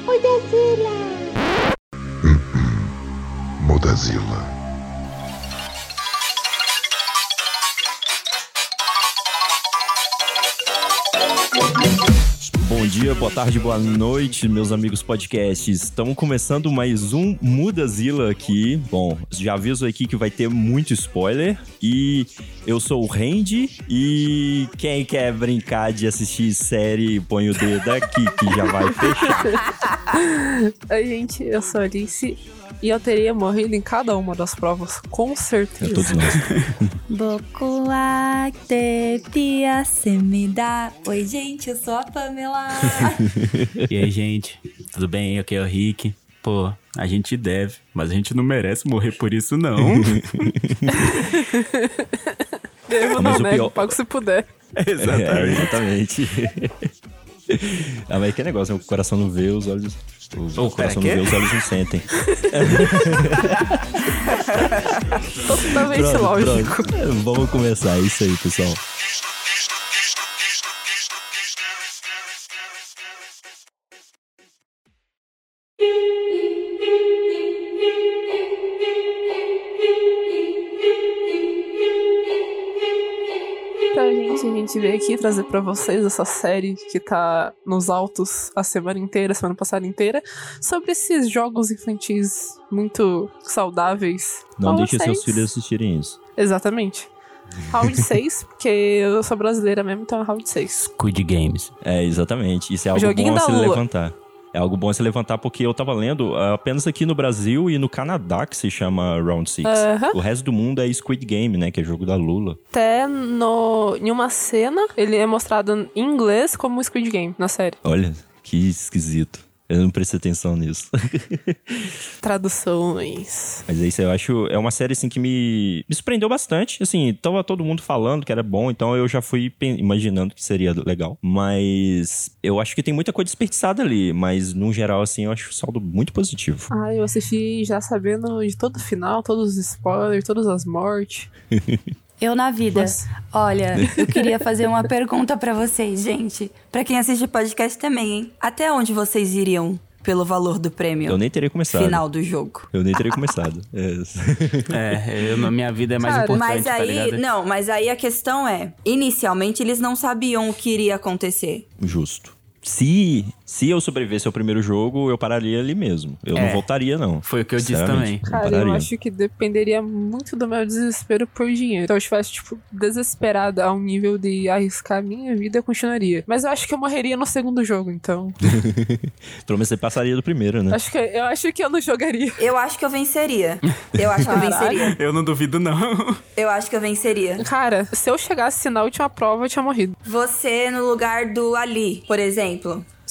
Mudazila. Bom dia, boa tarde, boa noite, meus amigos podcasts. Estamos começando mais um Mudazila aqui. Bom, já aviso aqui que vai ter muito spoiler. E eu sou o Randy. E quem quer brincar de assistir série, põe o dedo aqui que já vai fechar. Oi, gente, eu sou a Alice. E eu teria morrido em cada uma das provas, com certeza. Todos nós. Boku wa teria semida. Oi, gente, eu sou a Pamela. E aí, gente, tudo bem? Aqui é o Rick. Pô, a gente deve, mas a gente não merece morrer por isso, não. Eu não nego, pago se puder. Exatamente. Ah, mas que negócio, o coração não vê, os olhos... O coração não vê, os olhos não sentem. Totalmente lógico. Pronto. Vamos começar, é isso aí, pessoal. Então, a gente veio aqui trazer pra vocês essa série que tá nos altos a semana inteira, a semana passada inteira, sobre esses jogos infantis muito saudáveis. Não deixe seus filhos assistirem isso. Exatamente. Round 6, porque eu sou brasileira mesmo, então é round 6. Squid Games. É, exatamente. Isso é algo Joguinho bom a da se Lula. levantar. É algo bom a se levantar porque eu tava lendo apenas aqui no Brasil e no Canadá que se chama Round 6. O resto do mundo é Squid Game, né? Que é jogo da Lula. Até em uma cena, ele é mostrado em inglês como Squid Game, na série. Olha, que esquisito. Eu não prestei atenção nisso. Traduções. Mas é isso, eu acho... É uma série, assim, que me surpreendeu bastante. Assim, tava todo mundo falando que era bom, então eu já fui imaginando que seria legal. Mas eu acho que tem muita coisa desperdiçada ali. Mas, no geral, assim, eu acho o saldo muito positivo. Ah, eu assisti já sabendo de todo o final, todos os spoilers, todas as mortes. Eu na vida. Mas- Olha, eu queria fazer uma pergunta pra vocês, gente. Pra quem assiste podcast também, hein? Até onde vocês iriam pelo valor do prêmio? Eu nem teria começado. Final do jogo. Eu nem teria começado. Na minha vida é mais Cara, importante, Mas tá aí, ligado? não, mas aí a questão é, inicialmente eles não sabiam o que iria acontecer. Justo. Se eu sobrevivesse ao primeiro jogo, eu pararia ali mesmo. Eu não voltaria, não. Foi o que eu disse Sinceramente, também. não Cara, eu pararia. acho que dependeria muito do meu desespero por dinheiro. Então, eu estivesse, tipo, desesperada a um nível de arriscar a minha vida, eu continuaria. Mas eu acho que eu morreria no segundo jogo, então... Pelo menos você passaria do primeiro, né? eu acho que eu não jogaria. Eu acho que eu venceria. Eu acho que eu venceria. Eu não duvido, não. Eu acho que eu venceria. Cara, se eu chegasse na última prova, eu tinha morrido. Você no lugar do Ali, por exemplo.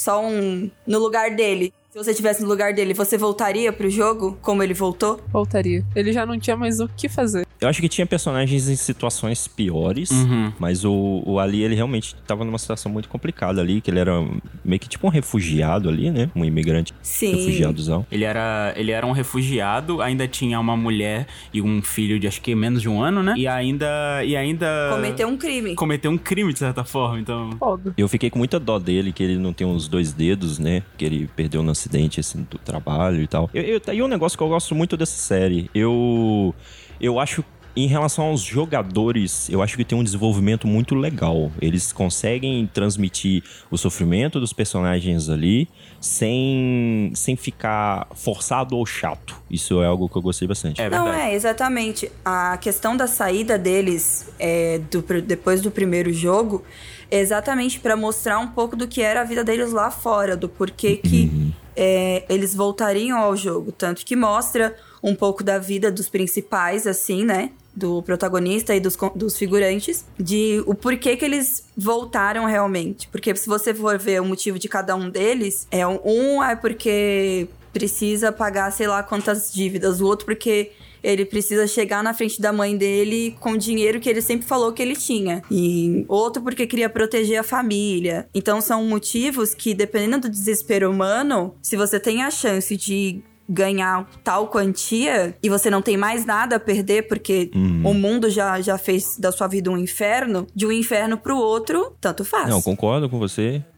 No lugar dele. Se você estivesse no lugar dele, você voltaria pro jogo como ele voltou? Voltaria. Ele já não tinha mais o que fazer. Eu acho que tinha personagens em situações piores, mas o Ali, ele realmente tava numa situação muito complicada ali, que ele era meio que tipo um refugiado ali, né? Um imigrante Sim. refugiadozão. Ele era um refugiado, ainda tinha uma mulher e um filho de acho que menos de um ano, né? E ainda Cometeu um crime. cometeu um crime, de certa forma, então... Foda. Eu fiquei com muita dó dele, que ele não tem os 2 dedos, né? Que ele perdeu no acidente, assim, do trabalho e tal. E um negócio que eu gosto muito dessa série, eu acho, em relação aos jogadores, eu acho que tem um desenvolvimento muito legal. Eles conseguem transmitir o sofrimento dos personagens ali sem ficar forçado ou chato. Isso é algo que eu gostei bastante. É Não, verdade. exatamente. A questão da saída deles depois do primeiro jogo é exatamente pra mostrar um pouco do que era a vida deles lá fora, do porquê que eles voltariam ao jogo. Tanto que mostra um pouco da vida dos principais, assim, né? Do protagonista e dos figurantes, de o porquê que eles voltaram realmente. Porque se você for ver o motivo de cada um deles, é porque precisa pagar sei lá quantas dívidas, o outro porque ele precisa chegar na frente da mãe dele com o dinheiro que ele sempre falou que ele tinha. E outro porque queria proteger a família. Então são motivos que, dependendo do desespero humano, se você tem a chance de ganhar tal quantia e você não tem mais nada a perder porque o mundo já fez da sua vida um inferno, de um inferno pro outro, tanto faz. Não, concordo com você.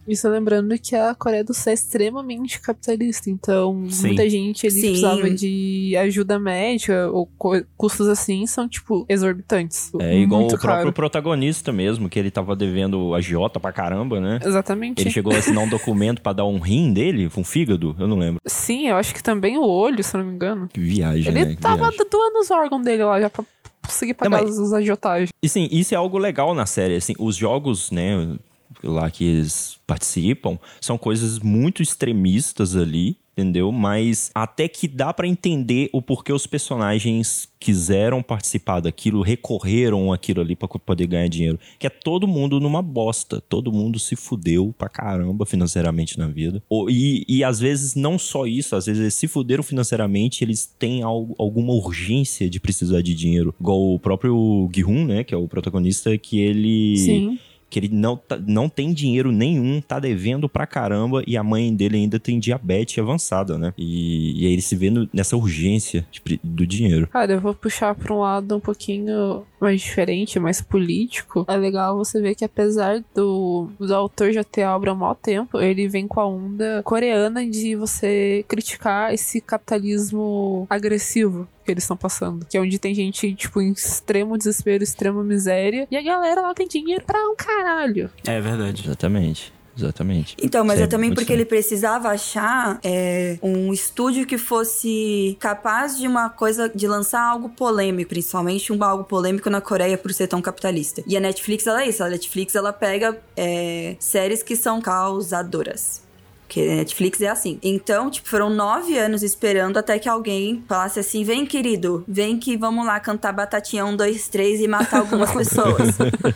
Isso lembrando que a Coreia do Sul é extremamente capitalista, então Sim. muita gente ali Sim. precisava de ajuda médica ou custos assim são, tipo, exorbitantes. É igual muito o próprio caro. protagonista mesmo, que ele tava devendo agiota pra caramba, né? Exatamente. Ele chegou a assinar um documento pra dar um rim dele, um fígado, eu não lembro. Sim, eu acho que também o olho, se eu não me engano. Que viagem, Ele né? Que tava viagem. doando os órgãos dele lá já pra conseguir pagar mas- os agiotagens. E sim, isso é algo legal na série, assim, os jogos, né, lá que eles participam, são coisas muito extremistas ali, entendeu? Mas até que dá pra entender o porquê os personagens quiseram participar daquilo, recorreram àquilo ali pra poder ganhar dinheiro. Que é todo mundo numa bosta, todo mundo se fudeu pra caramba financeiramente na vida. E às vezes não só isso, às vezes eles se fuderam financeiramente, eles têm alguma urgência de precisar de dinheiro. Igual o próprio Gi-hun, né, que é o protagonista, que ele... Sim. Que ele não tem dinheiro nenhum, tá devendo pra caramba, e a mãe dele ainda tem diabetes avançada, né? E aí ele se vê nessa urgência do dinheiro. Cara, eu vou puxar pra um lado um pouquinho mais diferente, mais político. É legal você ver que apesar do autor já ter a obra há maior tempo, ele vem com a onda coreana de você criticar esse capitalismo agressivo que eles estão passando. Que é onde tem gente, tipo, em extremo desespero, extrema miséria. E a galera lá tem dinheiro pra um caralho. É verdade. Exatamente. Então, mas Isso é também muito porque sério. ele precisava achar um estúdio que fosse capaz de uma coisa, de lançar algo polêmico, principalmente algo polêmico na Coreia por ser tão capitalista. E a Netflix, ela é isso. A Netflix, ela pega séries que são causadoras. Porque a Netflix é assim. Então, tipo, foram 9 anos esperando até que alguém falasse assim: vem, querido, vem que vamos lá cantar Batatinha 1, 2, 3 e matar algumas pessoas.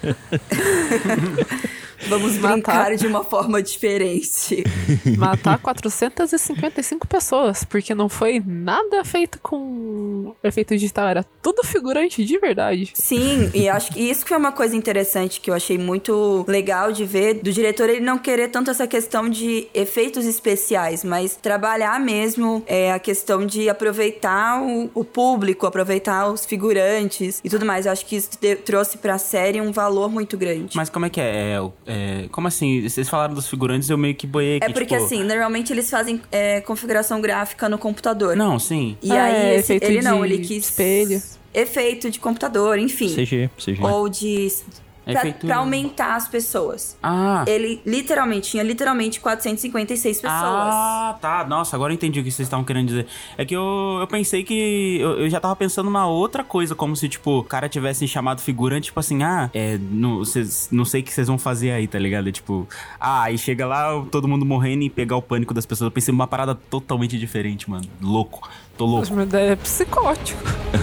Vamos brincar de uma forma diferente. Matar 455 pessoas, porque não foi nada feito com efeito digital, era tudo figurante de verdade. Sim, e acho que isso que foi uma coisa interessante que eu achei muito legal de ver, do diretor ele não querer tanto essa questão de efeitos especiais, mas trabalhar mesmo a questão de aproveitar o público, aproveitar os figurantes e tudo mais. Eu acho que isso trouxe pra série um valor muito grande. Mas como é que é? Como assim? Vocês falaram dos figurantes, eu meio que boiei aqui, É porque tipo... assim, normalmente eles fazem configuração gráfica no computador. Não, sim. E aí efeito ele não, de ele quis espelho. efeito de computador, enfim. CG. Ou de... Pra aumentar as pessoas. Ah. Ele tinha literalmente 456 pessoas. Ah, tá. Nossa, agora eu entendi o que vocês estavam querendo dizer. É que eu pensei que... Eu já tava pensando numa outra coisa, como se, tipo, o cara tivesse chamado figurante, tipo assim, não sei o que vocês vão fazer aí, tá ligado? É tipo, aí chega lá, todo mundo morrendo e pegar o pânico das pessoas. Eu pensei numa parada totalmente diferente, mano. Louco. Tô louco. Mas uma ideia psicótico.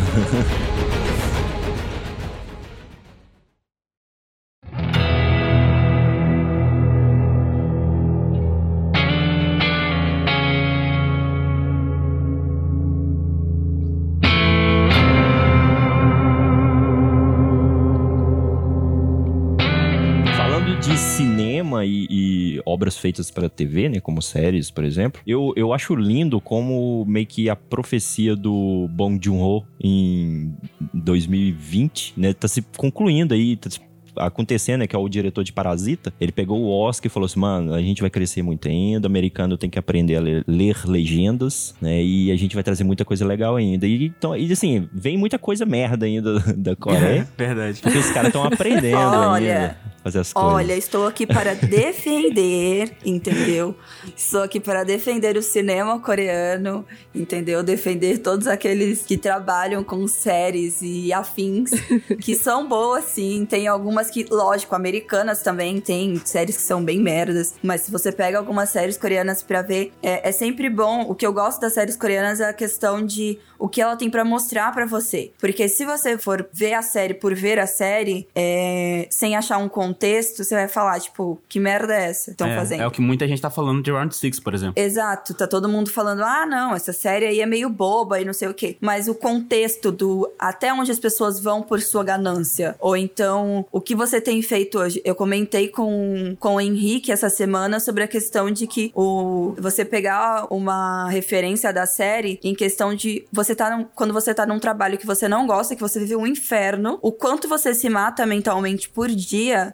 De cinema e obras feitas para TV, né, como séries, por exemplo, eu acho lindo como meio que a profecia do Bong Joon-ho em 2020, né, tá se concluindo aí, tá se acontecendo, né, que é o diretor de Parasita. Ele pegou o Oscar e falou assim: mano, a gente vai crescer muito ainda, o americano tem que aprender a ler legendas, né, e a gente vai trazer muita coisa legal ainda. E assim, vem muita coisa merda ainda da Coreia. Verdade. Porque os caras estão aprendendo ainda fazer as coisas. Olha, estou aqui para defender, entendeu? Estou aqui para defender o cinema coreano, entendeu? Defender todos aqueles que trabalham com séries e afins, que são boas, sim. Tem algumas que, lógico, americanas também, tem séries que são bem merdas, mas se você pega algumas séries coreanas pra ver, é sempre bom. O que eu gosto das séries coreanas é a questão de o que ela tem pra mostrar pra você. Porque se você for ver a série por ver a série, sem achar um contexto, você vai falar, tipo, que merda é essa que estão fazendo? É o que muita gente tá falando de Round 6, por exemplo. Exato, tá todo mundo falando, não, essa série aí é meio boba e não sei o quê. Mas o contexto do até onde as pessoas vão por sua ganância, ou então o que você tem feito hoje. Eu comentei com o Henrique essa semana sobre a questão de que você pegar uma referência da série em questão de quando você tá num trabalho que você não gosta, que você vive um inferno, o quanto você se mata mentalmente por dia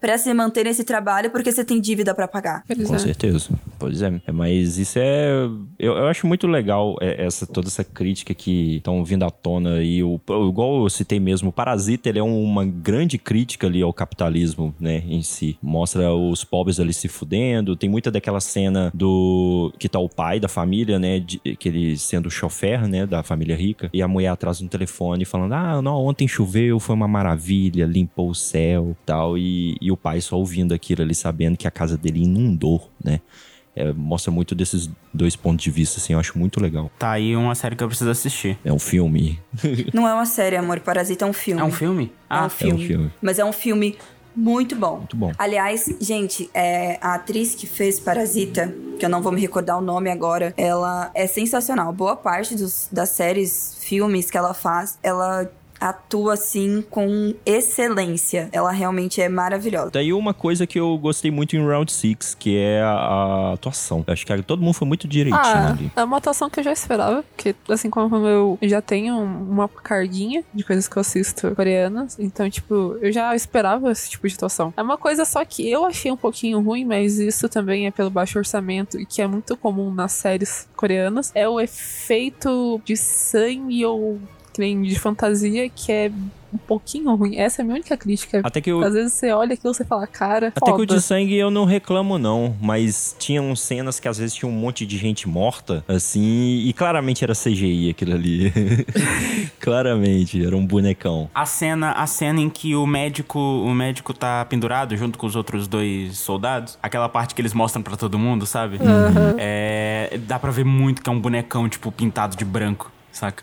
pra se manter nesse trabalho porque você tem dívida pra pagar. Com certeza. Pois é. Mas isso eu acho muito legal toda essa crítica que estão vindo à tona. E igual eu citei mesmo, o Parasita, ele é uma grande crítica ali ao capitalismo, né, em si. Mostra os pobres ali se fudendo. Tem muita daquela cena que tá o pai da família, né, que ele sendo o chofer, né, da família rica. E a mulher atrás no telefone falando, não, ontem choveu, foi uma maravilha, limpou o céu, tal. E o pai só ouvindo aquilo ali, sabendo que a casa dele inundou, né. Mostra muito desses dois pontos de vista, assim, eu acho muito legal. Tá aí uma série que eu preciso assistir. É um filme. Não é uma série, amor. Parasita é um filme. É um filme? É um filme. Mas é um filme muito bom. Muito bom. Aliás, gente, a atriz que fez Parasita, que eu não vou me recordar o nome agora, ela é sensacional. Boa parte das séries, filmes que ela faz, ela atua, assim, com excelência. Ela realmente é maravilhosa. Daí uma coisa que eu gostei muito em Round 6, que é a atuação. Eu acho que todo mundo foi muito direitinho ali. É uma atuação que eu já esperava, porque assim como eu já tenho uma carguinha de coisas que eu assisto coreanas, então, tipo, eu já esperava esse tipo de atuação. É uma coisa só que eu achei um pouquinho ruim, mas isso também é pelo baixo orçamento, e que é muito comum nas séries coreanas, é o efeito de sangue ou de fantasia, que é um pouquinho ruim. Essa é a minha única crítica. Até que às vezes você olha aquilo e você fala, cara, até que o de sangue eu não reclamo, não. Mas tinham cenas que às vezes tinha um monte de gente morta, assim, e claramente era CGI aquilo ali. Claramente, era um bonecão. A cena em que o médico tá pendurado junto com os outros 2 soldados, aquela parte que eles mostram pra todo mundo, sabe? Dá pra ver muito que é um bonecão, tipo, pintado de branco. Saca?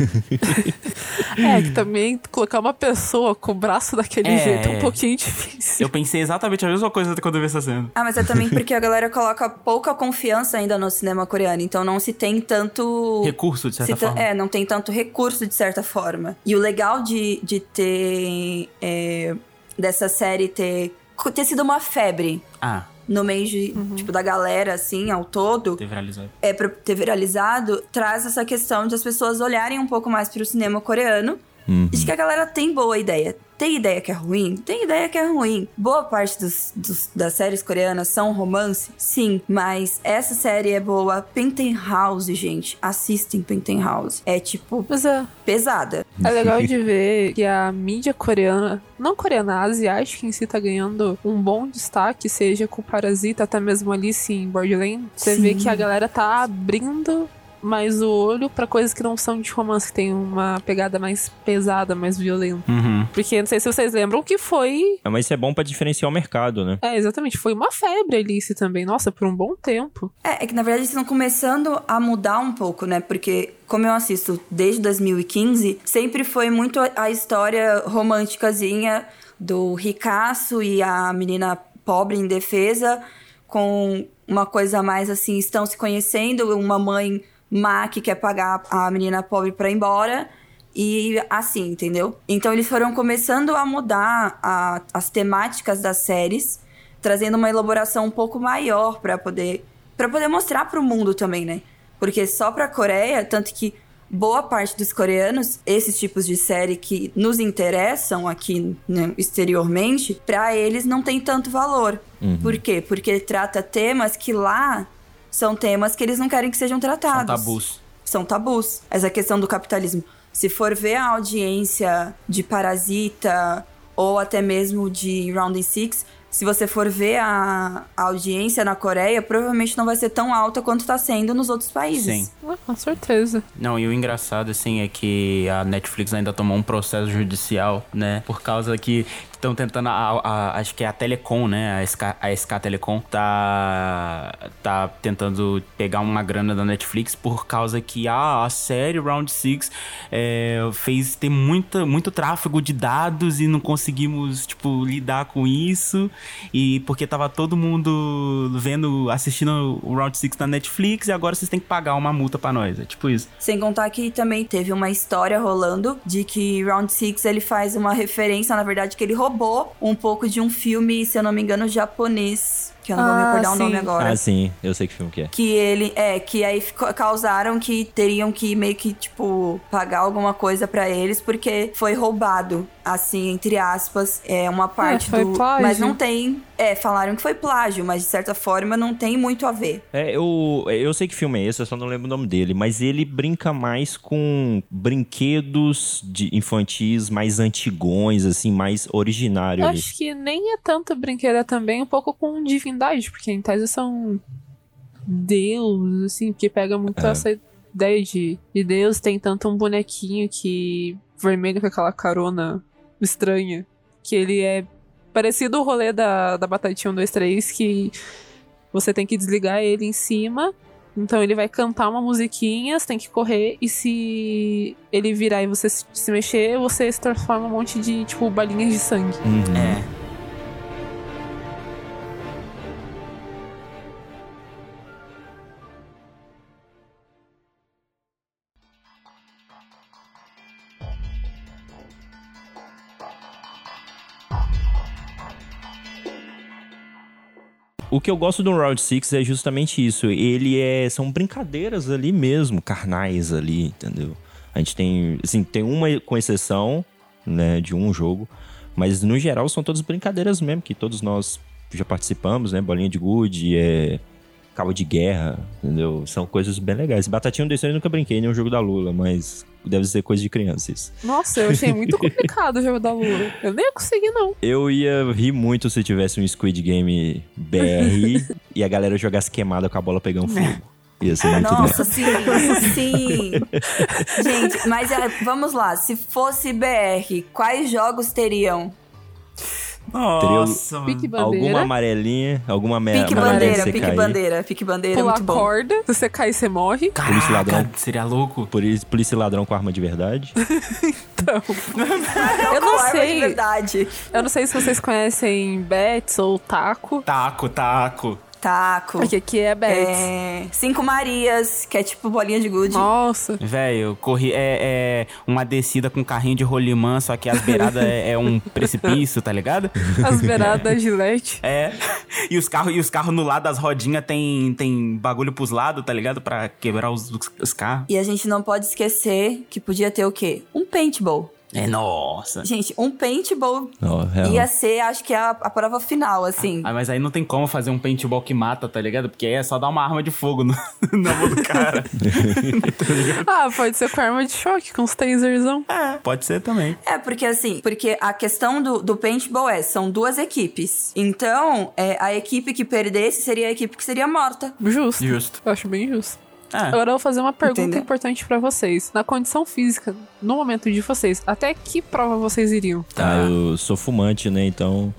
Que também colocar uma pessoa com o braço daquele jeito é um pouquinho difícil. Eu pensei exatamente a mesma coisa quando eu vi essa cena. Mas é também porque a galera coloca pouca confiança ainda no cinema coreano, então não se tem tanto... recurso, de certa forma. Não tem tanto recurso, de certa forma. E o legal de ter... dessa série ter sido uma febre. No meio tipo, da galera, assim, ao todo. Ter viralizado. Pra ter viralizado, traz essa questão de as pessoas olharem um pouco mais pro cinema coreano. De que a galera tem boa ideia. Tem ideia que é ruim? Tem ideia que é ruim. Boa parte das séries coreanas são romance? Sim, mas essa série é boa. Penthouse, gente. Assistem Penthouse. É, tipo, pesada. É legal de ver que a mídia coreana, não coreana, a asiática em si tá ganhando um bom destaque, seja com Parasita, até mesmo Alice em Borderland. Você vê que a galera tá abrindo mais o olho pra coisas que não são de romance, que tem uma pegada mais pesada, mais violenta. Porque, não sei se vocês lembram, que foi... Mas isso é bom pra diferenciar o mercado, né? Exatamente. Foi uma febre Alice também. Nossa, por um bom tempo. É que, na verdade, eles estão começando a mudar um pouco, né? Porque, como eu assisto desde 2015, sempre foi muito a história românticazinha do ricaço e a menina pobre indefesa, com uma coisa mais, assim, estão se conhecendo, uma mãe má que quer pagar a menina pobre pra ir embora, e assim, entendeu? Então eles foram começando a mudar as temáticas das séries, trazendo uma elaboração um pouco maior pra poder mostrar pro mundo também, né? Porque só pra Coreia, tanto que boa parte dos coreanos, esses tipos de série que nos interessam aqui, né, exteriormente, pra eles não tem tanto valor. Por quê? Porque trata temas que lá são temas que eles não querem que sejam tratados. São tabus. Essa questão do capitalismo. Se for ver a audiência de Parasita ou até mesmo de Round 6, se você for ver a audiência na Coreia, provavelmente não vai ser tão alta quanto está sendo nos outros países. Sim. Com certeza. Não, e o engraçado, assim, é que a Netflix ainda tomou um processo judicial, né? Por causa que estão tentando, acho que é a Telecom, né? A SK Telecom tá tentando pegar uma grana da Netflix por causa que a série Round 6 fez ter muito tráfego de dados e não conseguimos, tipo, lidar com isso. E porque tava todo mundo assistindo o Round 6 na Netflix e agora vocês têm que pagar uma multa pra nós. É tipo isso. Sem contar que também teve uma história rolando de que Round 6 ele faz uma referência, na verdade, que ele roubou um pouco de um filme, se eu não me engano, japonês. Que eu não vou me recordar o nome agora. Sim, eu sei que filme que é. Que aí causaram que teriam que meio que, tipo, pagar alguma coisa pra eles porque foi roubado. assim, entre aspas, uma parte foi do... plágio. Mas não tem... falaram que foi plágio, mas de certa forma não tem muito a ver. Eu sei que filme é esse, eu só não lembro o nome dele, mas ele brinca mais com brinquedos infantis mais antigões, assim, mais originário ali. Acho que nem é tanto brinquedo, é também um pouco com divindade, porque em tese são Deus, assim, que pega muito essa ideia de Deus. Tem tanto um bonequinho que vermelho com aquela carona estranha, que ele é parecido o rolê da Batatinha 1, 2, 3, que você tem que desligar ele em cima, então ele vai cantar uma musiquinha, você tem que correr, e se ele virar e você se mexer, você se transforma um monte de, tipo, balinhas de sangue. O que eu gosto do Round 6 é justamente isso. São brincadeiras ali mesmo, carnais ali, entendeu? A gente tem, assim, tem uma com exceção, né, de um jogo, mas no geral são todas brincadeiras mesmo, que todos nós já participamos, né? Bolinha de gude, cabo de guerra, entendeu? São coisas bem legais. Batatinha 1, 2, 3 eu nunca brinquei, nem o jogo da Lula, mas deve ser coisa de criança isso. Nossa, eu achei muito complicado o jogo da Lula. Eu nem ia conseguir, não. Eu ia rir muito se tivesse um Squid Game BR e a galera jogasse queimada com a bola pegando fogo. Ia ser muito Nossa, sim. Gente, mas vamos lá. Se fosse BR, quais jogos teriam? Nossa, Pique mano. bandeira. Alguma amarelinha, alguma Pique amarelinha bandeira, você pique cair. bandeira. Pique bandeira é Pular muito bom. corda, se você cair, você morre. Polícia e ladrão. Caraca, seria louco. Polícia e ladrão com arma de verdade. Então, eu Com não arma de sei. verdade. Eu não sei se vocês conhecem Bets ou Taco. Taco. Taco. Porque aqui é Bets. Cinco Marias, que é tipo bolinha de gude. Nossa. Velho, corri uma descida com carrinho de rolimã, só que as beiradas é um precipício, tá ligado? As beiradas da Gillette. E os carros no lado das rodinhas tem bagulho pros lados, tá ligado? Pra quebrar os carros. E a gente não pode esquecer que podia ter o quê? Um paintball. Nossa. Gente, um paintball Real. ia ser, acho que, a prova final, assim. Mas aí não tem como fazer um paintball que mata, tá ligado? Porque aí é só dar uma arma de fogo na mão do cara. Pode ser com arma de choque, com os taserzão. Pode ser também. Porque a questão do paintball são duas equipes. Então, a equipe que perdesse seria a equipe que seria morta. Justo. Justo. Eu acho bem justo. É. Agora eu vou fazer uma pergunta Entendeu? importante pra vocês. Na condição física, no momento de vocês, até que prova vocês iriam? Eu sou fumante, né? Então.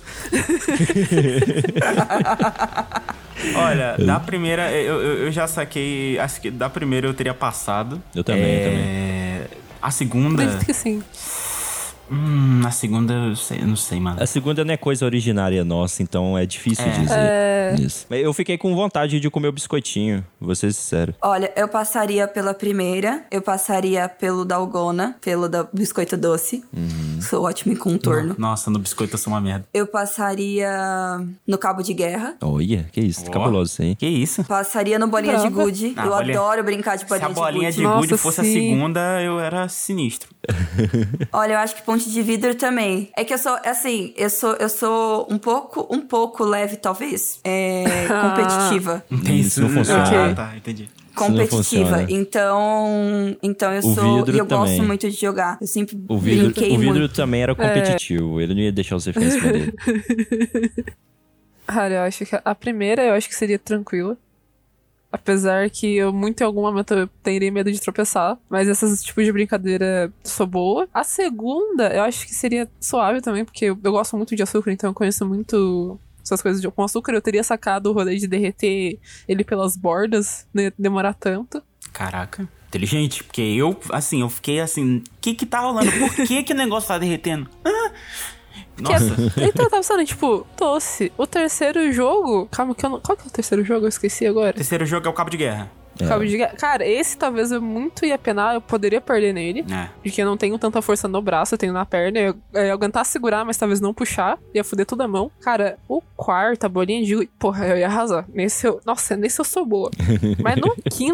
Olha, da primeira, eu já saquei. Acho que da primeira eu teria passado. Eu também, A segunda. Acredito que sim. A segunda eu não sei, mano. A segunda não é coisa originária nossa, então é difícil dizer isso. Mas eu fiquei com vontade de comer o biscoitinho, vou ser sincero. Olha, eu passaria pela primeira, eu passaria pelo Dalgona, pelo da Biscoito Doce. Sou ótimo em contorno. Nossa, no biscoito eu sou uma merda. Eu passaria no Cabo de Guerra. Olha, que isso, Ó. cabuloso isso aí. Que isso? Passaria no Bolinha de Brava. Gude. Ah, Eu bolinha- adoro brincar de Se bolinha a bolinha de de gude. gude Nossa, fosse a sim. segunda, eu era sinistro. Olha, eu acho que ponte de vidro também. É que eu sou, assim, eu sou um pouco leve, talvez. Competitiva. Isso não funciona. Ok. Tá, entendi. não Competitiva. funciona. Então eu O sou. vidro E eu também. gosto muito de jogar. Eu sempre O vidro brinquei muito. também era competitivo, ele não ia deixar você ficar em cima dele. Cara, eu acho que a primeira eu acho que seria tranquila. Apesar que eu, muito em algum momento, eu teria medo de tropeçar. Mas esses tipos de brincadeira sou boa. A segunda, eu acho que seria suave também, porque eu gosto muito de açúcar, então eu conheço muito essas coisas com açúcar. Eu teria sacado o rolê de derreter ele pelas bordas, não ia demorar tanto. Caraca. Inteligente, porque eu fiquei assim, o que tá rolando? Por que o negócio tá derretendo? Nossa. Então eu tava pensando, tipo, doce. O terceiro jogo. Calma, que eu não. Qual que é o terceiro jogo? Eu esqueci agora. O terceiro jogo é o Cabo de Guerra. Cabo de Guerra. Cara, esse talvez eu muito ia penar, eu poderia perder nele. É. Porque eu não tenho tanta força no braço, eu tenho na perna. Eu ia aguentar segurar, mas talvez não puxar. Ia fuder toda a mão. Cara, o quarto, a bolinha de gude. Porra, eu ia arrasar. Nesse eu sou boa. Mas no quinto,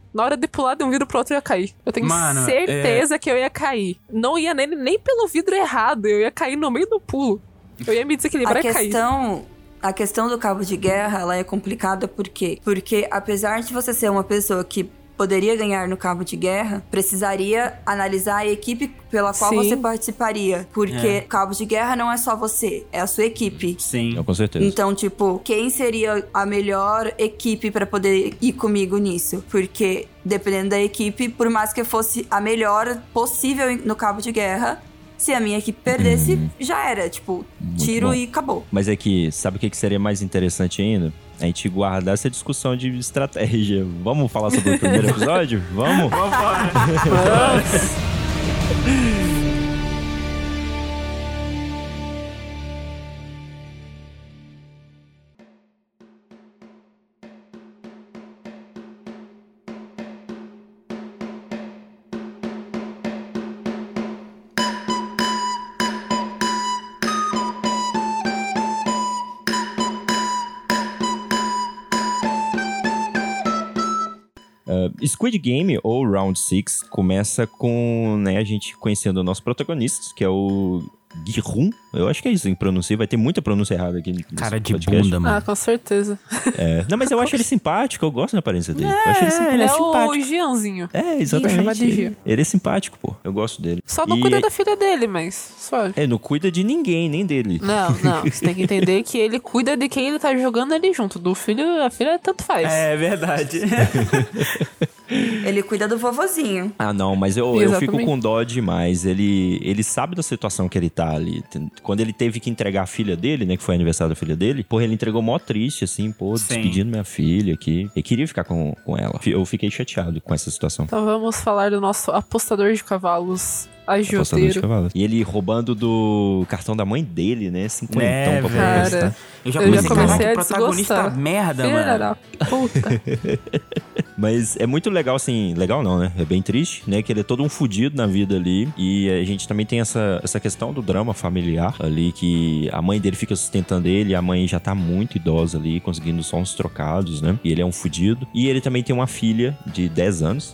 Na hora de pular de um vidro pro outro, eu ia cair. Eu tenho Mano, certeza que eu ia cair. Não ia nem pelo vidro errado, eu ia cair no meio do pulo. Eu ia me desequilibrar e cair. A questão do cabo de guerra, ela é complicada por quê? Porque apesar de você ser uma pessoa que poderia ganhar no cabo de guerra, precisaria analisar a equipe pela qual você participaria. Porque cabo de guerra não é só você, é a sua equipe. Sim. Com certeza. Então, tipo, quem seria a melhor equipe pra poder ir comigo nisso? Porque, dependendo da equipe, por mais que eu fosse a melhor possível no cabo de guerra, se a minha equipe perdesse, já era. Tipo, tiro e acabou. Mas é que, sabe o que seria mais interessante ainda? A gente guardar essa discussão de estratégia. Vamos falar sobre o primeiro episódio? Vamos? Vamos. Squid Game, ou Round 6, começa com, né, a gente conhecendo o nosso protagonista, que é o Gi-hun. Eu acho que é isso que pronuncia. Vai ter muita pronúncia errada aqui nesse Cara de podcast. bunda, mano. Ah, com certeza. Não, mas eu acho ele simpático. Eu gosto da aparência dele. Eu acho ele simpático. Ele é simpático. o Gianzinho. Exatamente. Chama de Gia. Ele é simpático, pô. Eu gosto dele. Só não E- cuida da filha dele, mas só. Não cuida de ninguém, nem dele. Não. Você tem que entender que ele cuida de quem ele tá jogando ali junto. Do filho, a filha tanto faz. É verdade. Ele cuida do vovozinho. Ah, não, mas eu fico Exatamente. com dó demais. Ele sabe da situação que ele tá ali. Quando ele teve que entregar a filha dele, né, que foi aniversário da filha dele, porra, ele entregou mó triste, assim, pô, Sim. despedindo minha filha aqui. Eu queria ficar com ela. Eu fiquei chateado com essa situação. Então vamos falar do nosso apostador de cavalos, Apostador de agioteiro. cavalos. E ele roubando do cartão da mãe dele, né? 50 É, pra velho. poder gastar. Eu já Eu já comecei, comecei caraca, a protagonista desgostar. merda, Filha mano. da puta. Mas é muito legal, assim, legal não, né? É bem triste, né? Que ele é todo um fudido na vida ali. E a gente também tem essa questão do drama familiar ali, que a mãe dele fica sustentando ele, a mãe já tá muito idosa ali, conseguindo só uns trocados, né? E ele é um fudido. E ele também tem uma filha de 10 anos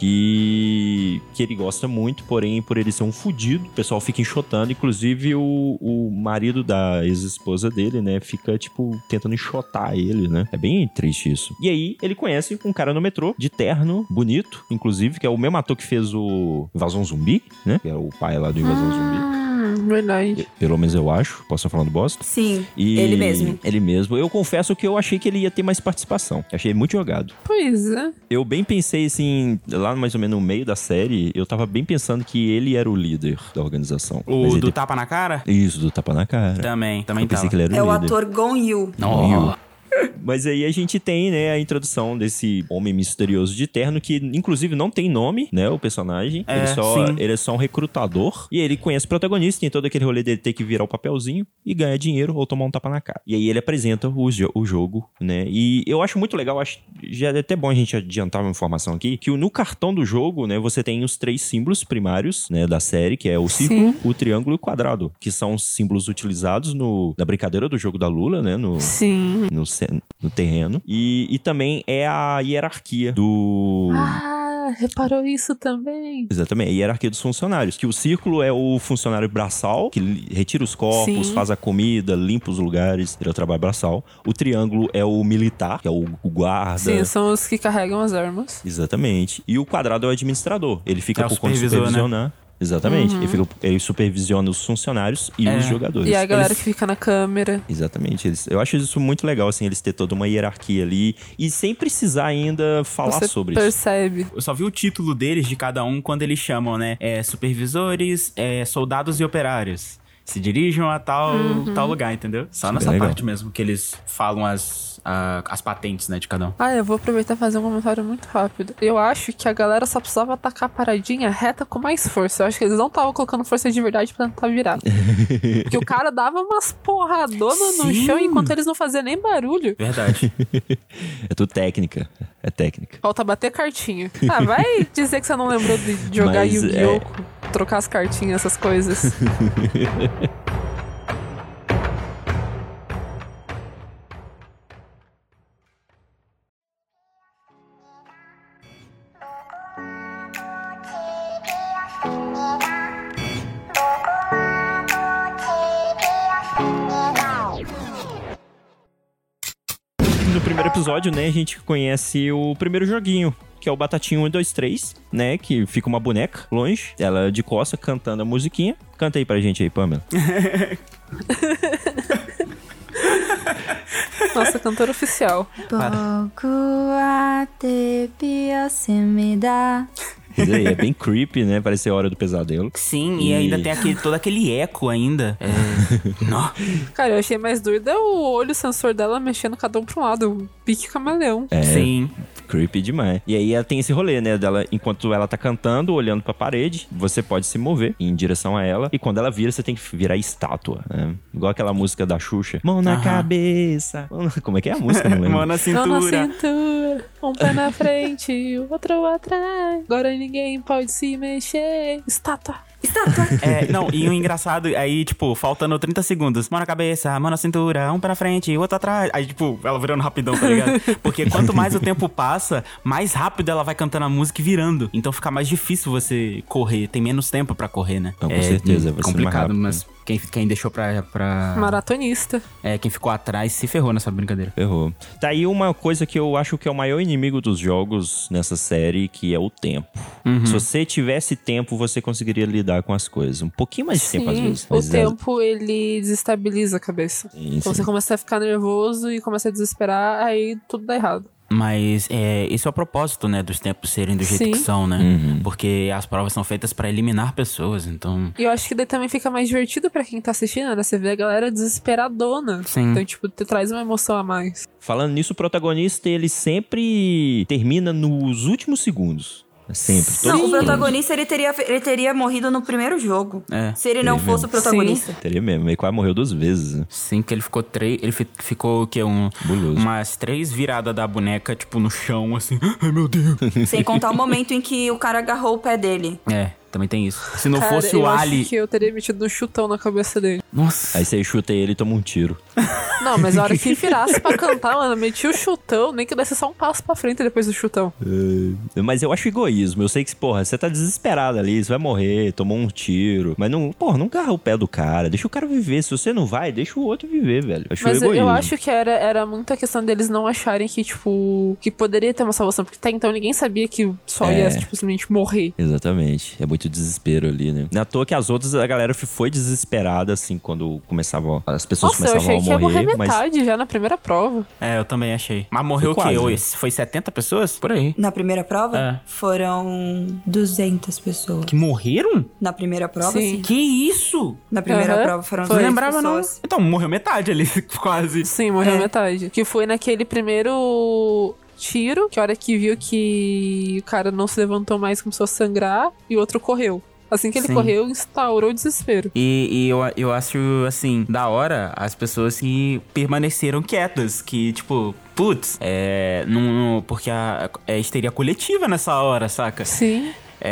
que ele gosta muito, porém, por ele ser um fudido, o pessoal fica enxotando. Inclusive, o marido da ex-esposa dele, né? Fica, tipo, tentando enxotar ele, né? É bem triste isso. E aí, ele conhece um cara no metrô, de terno, bonito, inclusive, que é o mesmo ator que fez o Invasão Zumbi, né? Que é o pai lá do Invasão Zumbi. Verdade. Pelo menos eu acho. Posso estar falando bosta? Sim, E ele mesmo. Ele mesmo. Eu confesso que eu achei que ele ia ter mais participação. Eu achei ele muito jogado. Pois é. Eu bem pensei, assim, lá mais ou menos no meio da série, eu tava bem pensando que ele era o líder da organização. Mas O ele do tapa na cara? Isso, do tapa na cara. Também Eu pensei tava. que ele era o É o líder. ator Gon Yu. Não. Mas aí a gente tem, né, a introdução desse homem misterioso de terno, que inclusive não tem nome, né, o personagem. É, sim. Ele é só um recrutador. E ele conhece o protagonista, tem todo aquele rolê dele ter que virar o papelzinho e ganhar dinheiro ou tomar um tapa na cara. E aí ele apresenta o jogo, né. E eu acho muito legal, já é até bom a gente adiantar uma informação aqui, que no cartão do jogo, né, você tem os 3 símbolos primários, né, da série, que é o círculo, Sim. o triângulo e o quadrado, que são os símbolos utilizados na brincadeira do jogo da Lula, né, Sim. no terreno. E também é a hierarquia do... Reparou isso também? Exatamente, a hierarquia dos funcionários. Que o círculo é o funcionário braçal, que retira os corpos, Sim. faz a comida, limpa os lugares, ele é o trabalho braçal. O triângulo é o militar, que é o guarda. Sim, são os que carregam as armas. Exatamente. E o quadrado é o administrador. Ele fica É o por conta de supervisor, supervisionar. Exatamente. Ele supervisiona os funcionários e os jogadores. E a galera que fica na câmera. Exatamente. Eu acho isso muito legal, assim, eles ter toda uma hierarquia ali e sem precisar ainda falar Você sobre isso. percebe. Eu só vi o título deles de cada um quando eles chamam, né? Supervisores, soldados e operários. Se dirijam a tal lugar, entendeu? Só nessa legal. parte mesmo que eles falam as patentes, né, de cada um. Eu vou aproveitar e fazer um comentário muito rápido. Eu acho que a galera só precisava atacar a paradinha reta com mais força. Eu acho que eles não estavam colocando força de verdade pra tentar virar. Porque o cara dava umas porradonas no Sim. chão enquanto eles não faziam nem barulho. Verdade. É tudo técnica. É técnica. Falta bater cartinha. Vai dizer que você não lembrou de jogar Mas, Yu-Gi-Oh! Trocar as cartinhas, essas coisas. primeiro episódio, né, a gente conhece o primeiro joguinho, que é o Batatinha 1, 2, 3, né? Que fica uma boneca longe, ela de costa cantando a musiquinha. Canta aí pra gente aí, Pamela. Nossa, cantora oficial. Isso aí, é bem creepy, né? Parece ser Hora do Pesadelo. Sim, e ainda tem todo aquele eco ainda. Nó. Cara, eu achei mais doida o olho sensor dela mexendo cada um pra um lado. Um pique camaleão. Sim. Creepy demais. E aí ela tem esse rolê, né? Dela, enquanto ela tá cantando, olhando pra parede, você pode se mover em direção a ela. E quando ela vira, você tem que virar estátua, né? Igual aquela música da Xuxa. Mão na cabeça. Como é que é a música? Não lembro. Mão na cintura. Mão na cintura. Um pé na frente, o outro atrás. Agora ninguém pode se mexer. Estátua. Não, e o engraçado, aí, tipo, faltando 30 segundos. Mão na cabeça, mão na cintura, um pra frente, outro atrás. Aí, tipo, ela virando rapidão, tá ligado? Porque quanto mais o tempo passa, mais rápido ela vai cantando a música e virando. Então fica mais difícil você correr. Tem menos tempo pra correr, né? Não, com certeza, vai ser mais complicado, rápido, mas quem deixou pra... Maratonista. Quem ficou atrás se ferrou nessa brincadeira. Ferrou. Tá aí uma coisa que eu acho que é o maior inimigo dos jogos nessa série, que é o tempo. Se você tivesse tempo, você conseguiria lidar com as coisas. Um pouquinho mais de tempo, às vezes. O tempo, ele desestabiliza a cabeça. Sim, Então você começa a ficar nervoso e começa a desesperar, aí tudo dá errado. Mas esse é o propósito, né, dos tempos serem do jeito Sim. que são, né? Porque as provas são feitas pra eliminar pessoas, então... E eu acho que daí também fica mais divertido pra quem tá assistindo, né? Você vê a galera desesperadona. Sim. Então, tipo, traz uma emoção a mais. Falando nisso, o protagonista, ele sempre termina nos últimos segundos. Sempre. Não, o protagonista, ele teria morrido no primeiro jogo. Se ele não fosse o protagonista. Teria mesmo. Ele quase morreu 2 vezes, né? Sim, que ele ficou ele ficou o quê? Buloso. Umas 3 viradas da boneca, tipo, no chão, assim. Ai, meu Deus. Sem contar o momento em que o cara agarrou o pé dele. Também tem isso. Se não Cara, fosse o eu Ali... acho que eu teria metido um chutão na cabeça dele. Nossa. Aí você chuta ele e toma um tiro. Não, mas a hora que virasse pra cantar, mano, meti o chutão, nem que desse só um passo pra frente depois do chutão. Mas eu acho egoísmo. Eu sei que, porra, você tá desesperado ali, você vai morrer, tomou um tiro. Mas não, porra, não agarra o pé do cara. Deixa o cara viver. Se você não vai, deixa o outro viver, velho. Acho Mas egoísmo. eu acho que era muita questão deles não acharem que, tipo, que poderia ter uma salvação. Porque até então ninguém sabia que só ia, tipo, simplesmente morrer. Exatamente. É muito desespero ali, né? Não é à toa que as outras, a galera foi desesperada, assim, quando começava, as pessoas Nossa, eu começavam achei a que ia morrer. morrer metade já na primeira prova. Eu também achei. Mas morreu o Foi quê? quase. Foi 70 pessoas? Por aí. Na primeira prova, foram 200 pessoas. Que morreram? Na primeira prova, Sim. sim. Que isso? Na primeira Aham. prova foram Não 200 lembrava, pessoas. não. Então, morreu metade ali, quase. Sim, morreu metade. Que foi naquele primeiro tiro, que a hora que viu que o cara não se levantou mais, começou a sangrar, e o outro correu. Assim que ele Sim. correu, instaurou o desespero. E eu acho, assim, da hora as pessoas que permaneceram quietas. Que, tipo, putz, porque a histeria coletiva nessa hora, saca? Sim.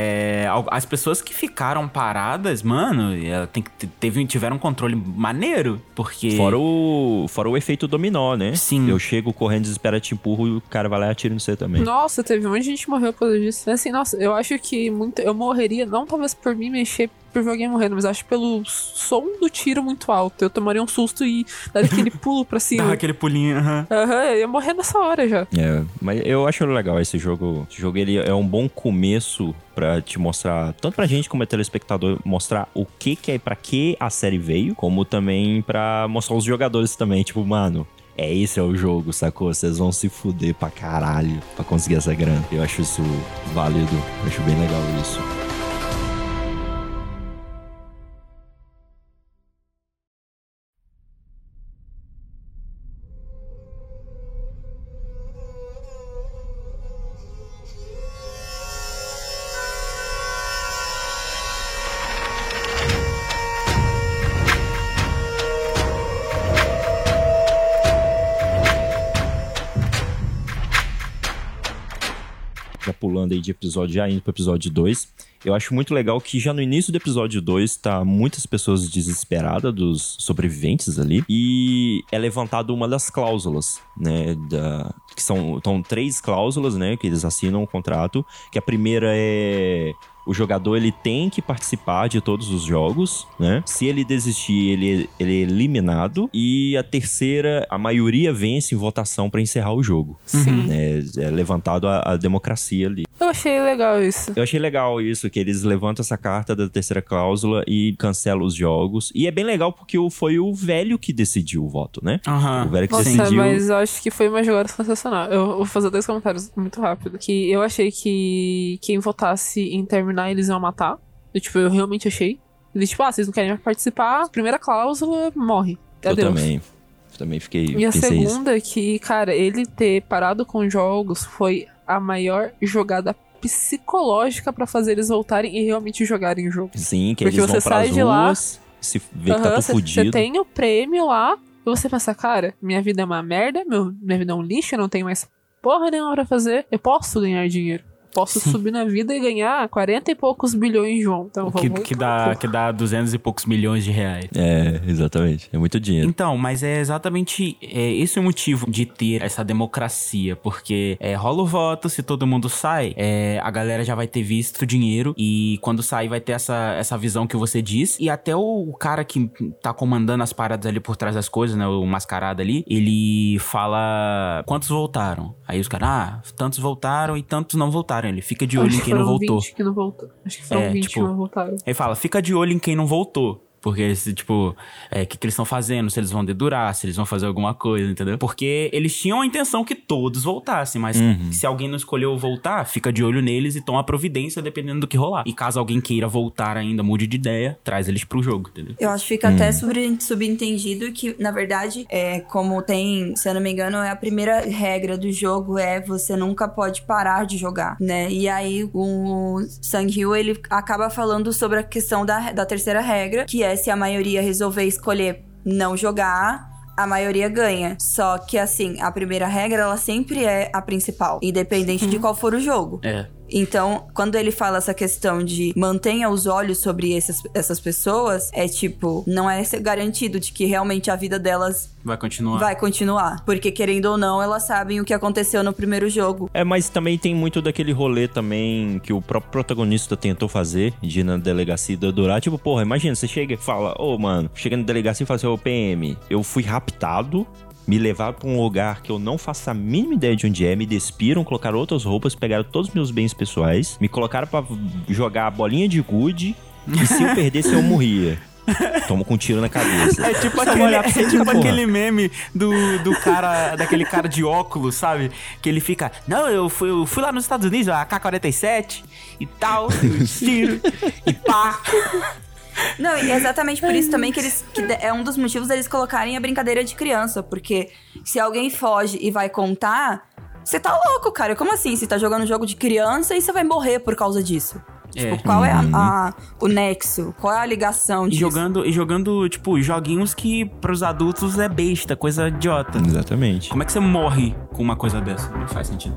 As pessoas que ficaram paradas, mano, tiveram um controle maneiro, porque... Fora o efeito dominó, né? Sim. Eu chego correndo, desespero, te empurro e o cara vai lá e atira em você também. Nossa, teve um monte de gente que morreu por causa disso. Assim, nossa, eu acho que eu morreria, não talvez por mim mexer por ver alguém morrendo, mas acho pelo som do tiro muito alto. Eu tomaria um susto e daria aquele pulo pra cima. Dá aquele pulinho, Eu ia morrer nessa hora já. Mas eu acho legal esse jogo. Esse jogo, ele é um bom começo pra te mostrar, tanto pra gente como é telespectador, mostrar o que é, pra que a série veio, como também pra mostrar os jogadores também, tipo, mano... Esse é o jogo, sacou? Vocês vão se fuder pra caralho pra conseguir essa grana. Eu acho isso válido, eu acho bem legal isso. Já pulando aí de episódio, já indo pro episódio 2. Eu acho muito legal que já no início do episódio 2 tá muitas pessoas desesperadas dos sobreviventes ali. E é levantada uma das cláusulas, né? Que são 3 cláusulas, né? Que eles assinam o contrato. Que a primeira é o jogador ele tem que participar de todos os jogos, né? Se ele desistir, ele é eliminado. E a terceira, a maioria vence em votação pra encerrar o jogo. Sim. É levantado a democracia ali. Eu achei legal isso. Eu achei legal isso, que eles levantam essa carta da terceira cláusula e cancelam os jogos. E é bem legal porque foi o velho que decidiu o voto, né? Aham. O velho que Nossa, decidiu... mas eu acho que foi uma jogada sensacional. Eu vou fazer 2 comentários muito rápido. Que eu achei que quem votasse em terminar, eles iam matar. Eu realmente achei. Eles, vocês não querem participar, primeira cláusula, morre. Adeus. Eu também fiquei... E a pensei isso. segunda é que, cara, ele ter parado com jogos foi a maior jogada psicológica pra fazer eles voltarem e realmente jogarem o jogo. Sim, que Porque eles vão você pras sai de lá, ruas, se vê que tá tudo Você fudido. tem o prêmio lá, e você pensa, cara, minha vida é uma merda, minha vida é um lixo, eu não tenho mais porra nenhuma pra fazer, eu posso ganhar dinheiro. Posso subir na vida e ganhar 40 e poucos bilhões, João. Então, Que dá 200 e poucos milhões de reais. É, exatamente. É muito dinheiro. Então, mas é exatamente esse o motivo de ter essa democracia, porque rola o voto, se todo mundo sai, a galera já vai ter visto o dinheiro e quando sair vai ter essa visão que você diz, e até o cara que tá comandando as paradas ali por trás das coisas, né, o mascarado ali, ele fala quantos voltaram. Aí os caras, tantos voltaram e tantos não voltaram. Ele fica de olho em quem não voltou. 20 que não voltou. Acho que foram 20 que não voltaram. Ele fala, fica de olho em quem não voltou. Porque, tipo, o que eles estão fazendo, se eles vão dedurar, se eles vão fazer alguma coisa, entendeu? Porque eles tinham a intenção que todos voltassem, mas se alguém não escolheu voltar, fica de olho neles e toma providência dependendo do que rolar. E caso alguém queira voltar ainda, mude de ideia, traz eles pro jogo, entendeu? Eu acho que fica até subentendido que, na verdade, como tem, se eu não me engano, a primeira regra do jogo você nunca pode parar de jogar, né? E aí o Sang-Hyo, ele acaba falando sobre a questão da terceira regra, que se a maioria resolver escolher não jogar, a maioria ganha. Só que, assim, a primeira regra, ela sempre é a principal, independente de qual for o jogo. Então, quando ele fala essa questão de mantenha os olhos sobre essas pessoas, não é garantido de que realmente a vida delas vai continuar. Porque, querendo ou não, elas sabem o que aconteceu no primeiro jogo. Mas também tem muito daquele rolê também que o próprio protagonista tentou fazer, de ir na delegacia e dedurar. Tipo, porra, imagina, você chega e fala, mano, chega na delegacia e fala assim, PM, eu fui raptado, me levaram pra um lugar que eu não faço a mínima ideia de onde me despiram, colocaram outras roupas, pegaram todos os meus bens pessoais, me colocaram pra jogar a bolinha de gude, e se eu perdesse, eu morria. Tomo com um tiro na cabeça. É tipo aquele meme do cara, daquele cara de óculos, sabe? Que ele fica, não, eu fui lá nos Estados Unidos, a AK-47 e tal, tiro, e pá... Não, e é exatamente por isso também que é um dos motivos deles colocarem a brincadeira de criança, porque se alguém foge e vai contar, você tá louco, cara. Como assim? Você tá jogando um jogo de criança e você vai morrer por causa disso? Tipo, qual é o nexo? Qual é a ligação disso? E jogando, tipo, joguinhos que pros adultos é besta, coisa idiota. Exatamente. Como é que você morre com uma coisa dessa? Não faz sentido.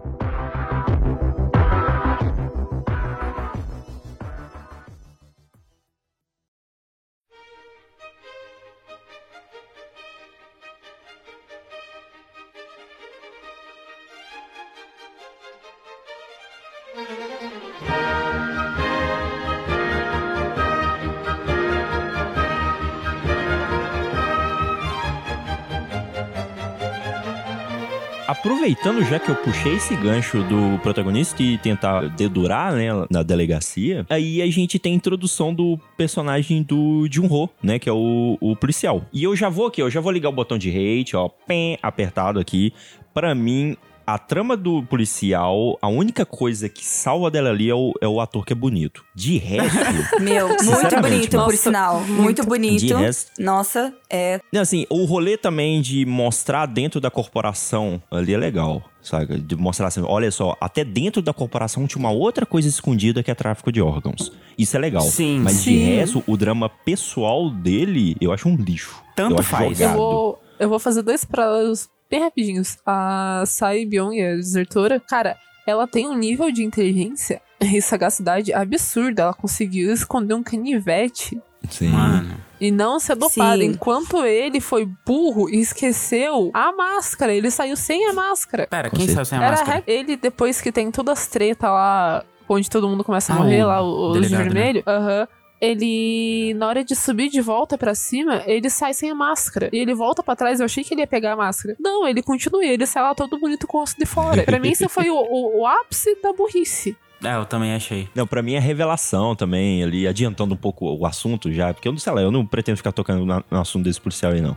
Aproveitando já que eu puxei esse gancho do protagonista e tentar dedurar, né, na delegacia, aí a gente tem a introdução do personagem do Jun-Ho, né, que é o policial. E eu já vou ligar o botão de hate, apertado aqui. Pra mim, a trama do policial, a única coisa que salva dela ali é o ator que é bonito. De resto... Muito bonito, por sinal. Muito bonito. De resto... Nossa, Assim, o rolê também de mostrar dentro da corporação ali é legal, sabe? De mostrar assim, olha só, até dentro da corporação tinha uma outra coisa escondida que é tráfico de órgãos. Isso é legal. Sim, mas de resto, o drama pessoal dele, eu acho um lixo. Tanto faz. Eu vou fazer 2 paralelos bem rapidinhos. A Sae Byung, a desertora, cara, ela tem um nível de inteligência e sagacidade absurda. Ela conseguiu esconder um canivete. Sim. Mano. E não ser dopado. Sim. Enquanto ele foi burro e esqueceu a máscara. Ele saiu sem a máscara. Pera, quem saiu sem a máscara? Ele, depois que tem todas as tretas lá onde todo mundo começa a morrer, lá, os de delegado, vermelho. Aham. Ele, na hora de subir de volta pra cima, ele sai sem a máscara. E ele volta pra trás, eu achei que ele ia pegar a máscara. Não, ele continua, ele sai lá todo bonito com o osso de fora. Pra mim, isso foi o ápice da burrice. Eu também achei. Não, pra mim é revelação também, ali, adiantando um pouco o assunto já, porque eu não sei lá, eu não pretendo ficar tocando no assunto desse policial aí, não.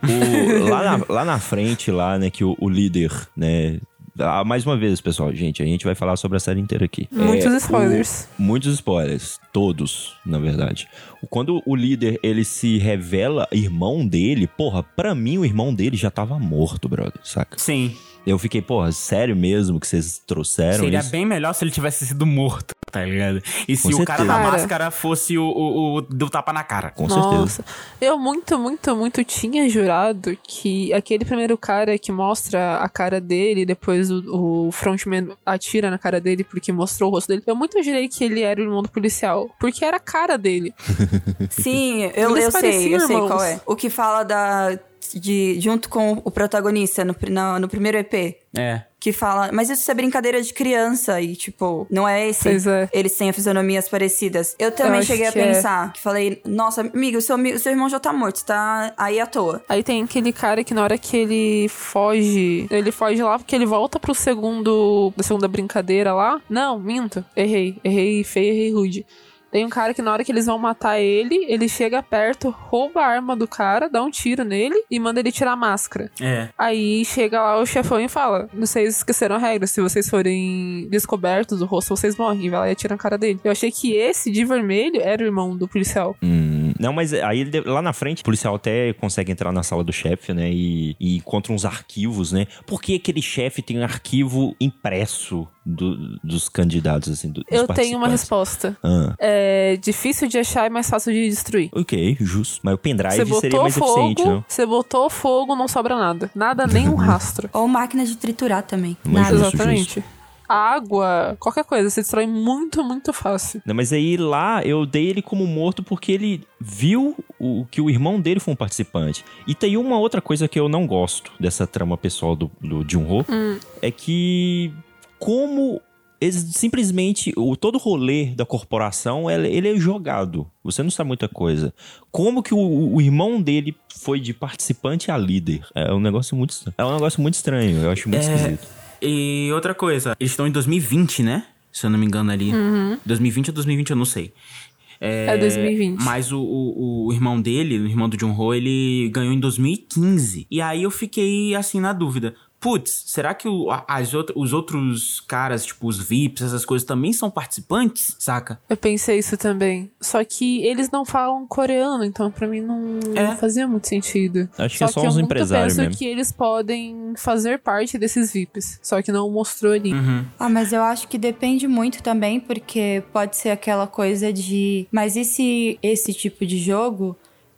Lá na frente, lá, né, que o líder, né... mais uma vez, pessoal, gente, a gente vai falar sobre a série inteira aqui. Muitos spoilers. Muitos spoilers. Todos, na verdade. Quando o líder, ele se revela irmão dele, porra, pra mim o irmão dele já tava morto, brother, saca? Sim. Eu fiquei, porra, sério mesmo que vocês trouxeram Seria isso? bem melhor se ele tivesse sido morto, tá ligado? E se Com o cara da certeza. máscara fosse o do tapa na cara. Com certeza. Nossa, eu muito tinha jurado que aquele primeiro cara que mostra a cara dele, depois o frontman atira na cara dele porque mostrou o rosto dele, eu muito jurei que ele era o irmão do policial, porque era a cara dele. Sim, eu Eles sei pareciam qual irmãos. é. O que fala junto com o protagonista no primeiro EP. É. Que fala, mas isso é brincadeira de criança. E, tipo, não é esse. Pois é. Eles têm fisionomias parecidas. Eu também acho cheguei a que é. pensar. Que falei, nossa, amigo, o seu irmão já tá morto. Tá aí à toa. Aí tem aquele cara que na hora que ele foge lá porque ele volta da segunda brincadeira lá. Não, minto. Errei feio, errei rude. Tem um cara que na hora que eles vão matar ele chega perto, rouba a arma do cara, dá um tiro nele e manda ele tirar a máscara. É. Aí chega lá o chefão e fala, vocês esqueceram a regra, se vocês forem descobertos, o rosto vocês morrem. E vai lá e atira na cara dele. Eu achei que esse de vermelho era o irmão do policial. Não, mas aí lá na frente, o policial até consegue entrar na sala do chefe, né? E encontra uns arquivos, né? Por que aquele chefe tem um arquivo impresso dos candidatos, assim, dos Eu tenho uma participantes? resposta. Ah. É difícil de achar e mais fácil de destruir. Ok, justo. Mas o pendrive Você seria botou mais eficiente, não? você botou fogo, não sobra nada. Nada, nem um rastro. Ou máquina de triturar também. Mas Nada. justo, Exatamente. Água, qualquer coisa, se destrói muito fácil. Não, mas aí lá eu dei ele como morto porque ele viu que o irmão dele foi um participante. E tem uma outra coisa que eu não gosto dessa trama pessoal do Jun-Ho, é que como simplesmente todo o rolê da corporação, ele é jogado. Você não sabe muita coisa. Como que o irmão dele foi de participante a líder? É um negócio muito estranho. Eu acho muito esquisito. E outra coisa, eles estão em 2020, né? Se eu não me engano ali. 2020 ou 2020, eu não sei. É 2020. Mas o irmão dele, o irmão do Jun-Ho, ele ganhou em 2015. E aí eu fiquei, assim, na dúvida. Putz, será que os outros caras, tipo os VIPs, essas coisas, também são participantes? Saca? Eu pensei isso também. Só que eles não falam coreano, então pra mim não fazia muito sentido. Acho que é só uns empresários eu mesmo. penso que eles podem fazer parte desses VIPs, só que não mostrou ali. Ah, mas eu acho que depende muito também, porque pode ser aquela coisa de... Mas e se esse tipo de jogo,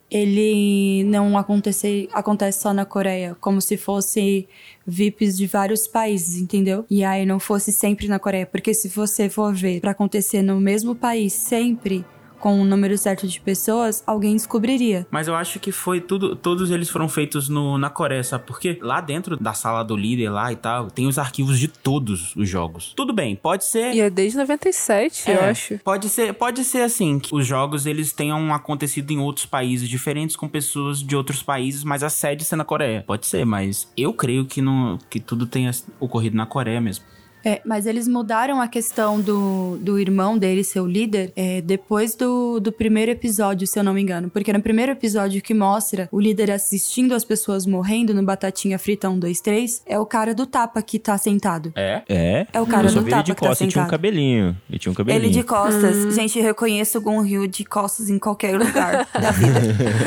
ele não acontece só na Coreia? Como se fosse VIPs de vários países, entendeu? E aí não fosse sempre na Coreia. Porque se você for ver pra acontecer no mesmo país sempre, com um número certo de pessoas, alguém descobriria. Mas eu acho que foi tudo... Todos eles foram feitos na Coreia, sabe por quê? Lá dentro da sala do líder lá e tal, tem os arquivos de todos os jogos. Tudo bem, pode ser... E é desde 97, eu acho. Pode ser assim, que os jogos eles tenham acontecido em outros países diferentes, com pessoas de outros países, mas a sede ser na Coreia. Pode ser, mas eu creio que tudo tenha ocorrido na Coreia mesmo. Mas eles mudaram a questão do irmão dele ser o líder depois do primeiro episódio, se eu não me engano. Porque no primeiro episódio que mostra o líder assistindo as pessoas morrendo no Batatinha Frita 1, 2, 3, é o cara do tapa que tá sentado. É? É o cara Eu só do vi ele tapa de que tá costas, ele tinha um sentado. cabelinho. Ele de costas. Gente, eu reconheço o Gon Ryu de costas em qualquer lugar da vida.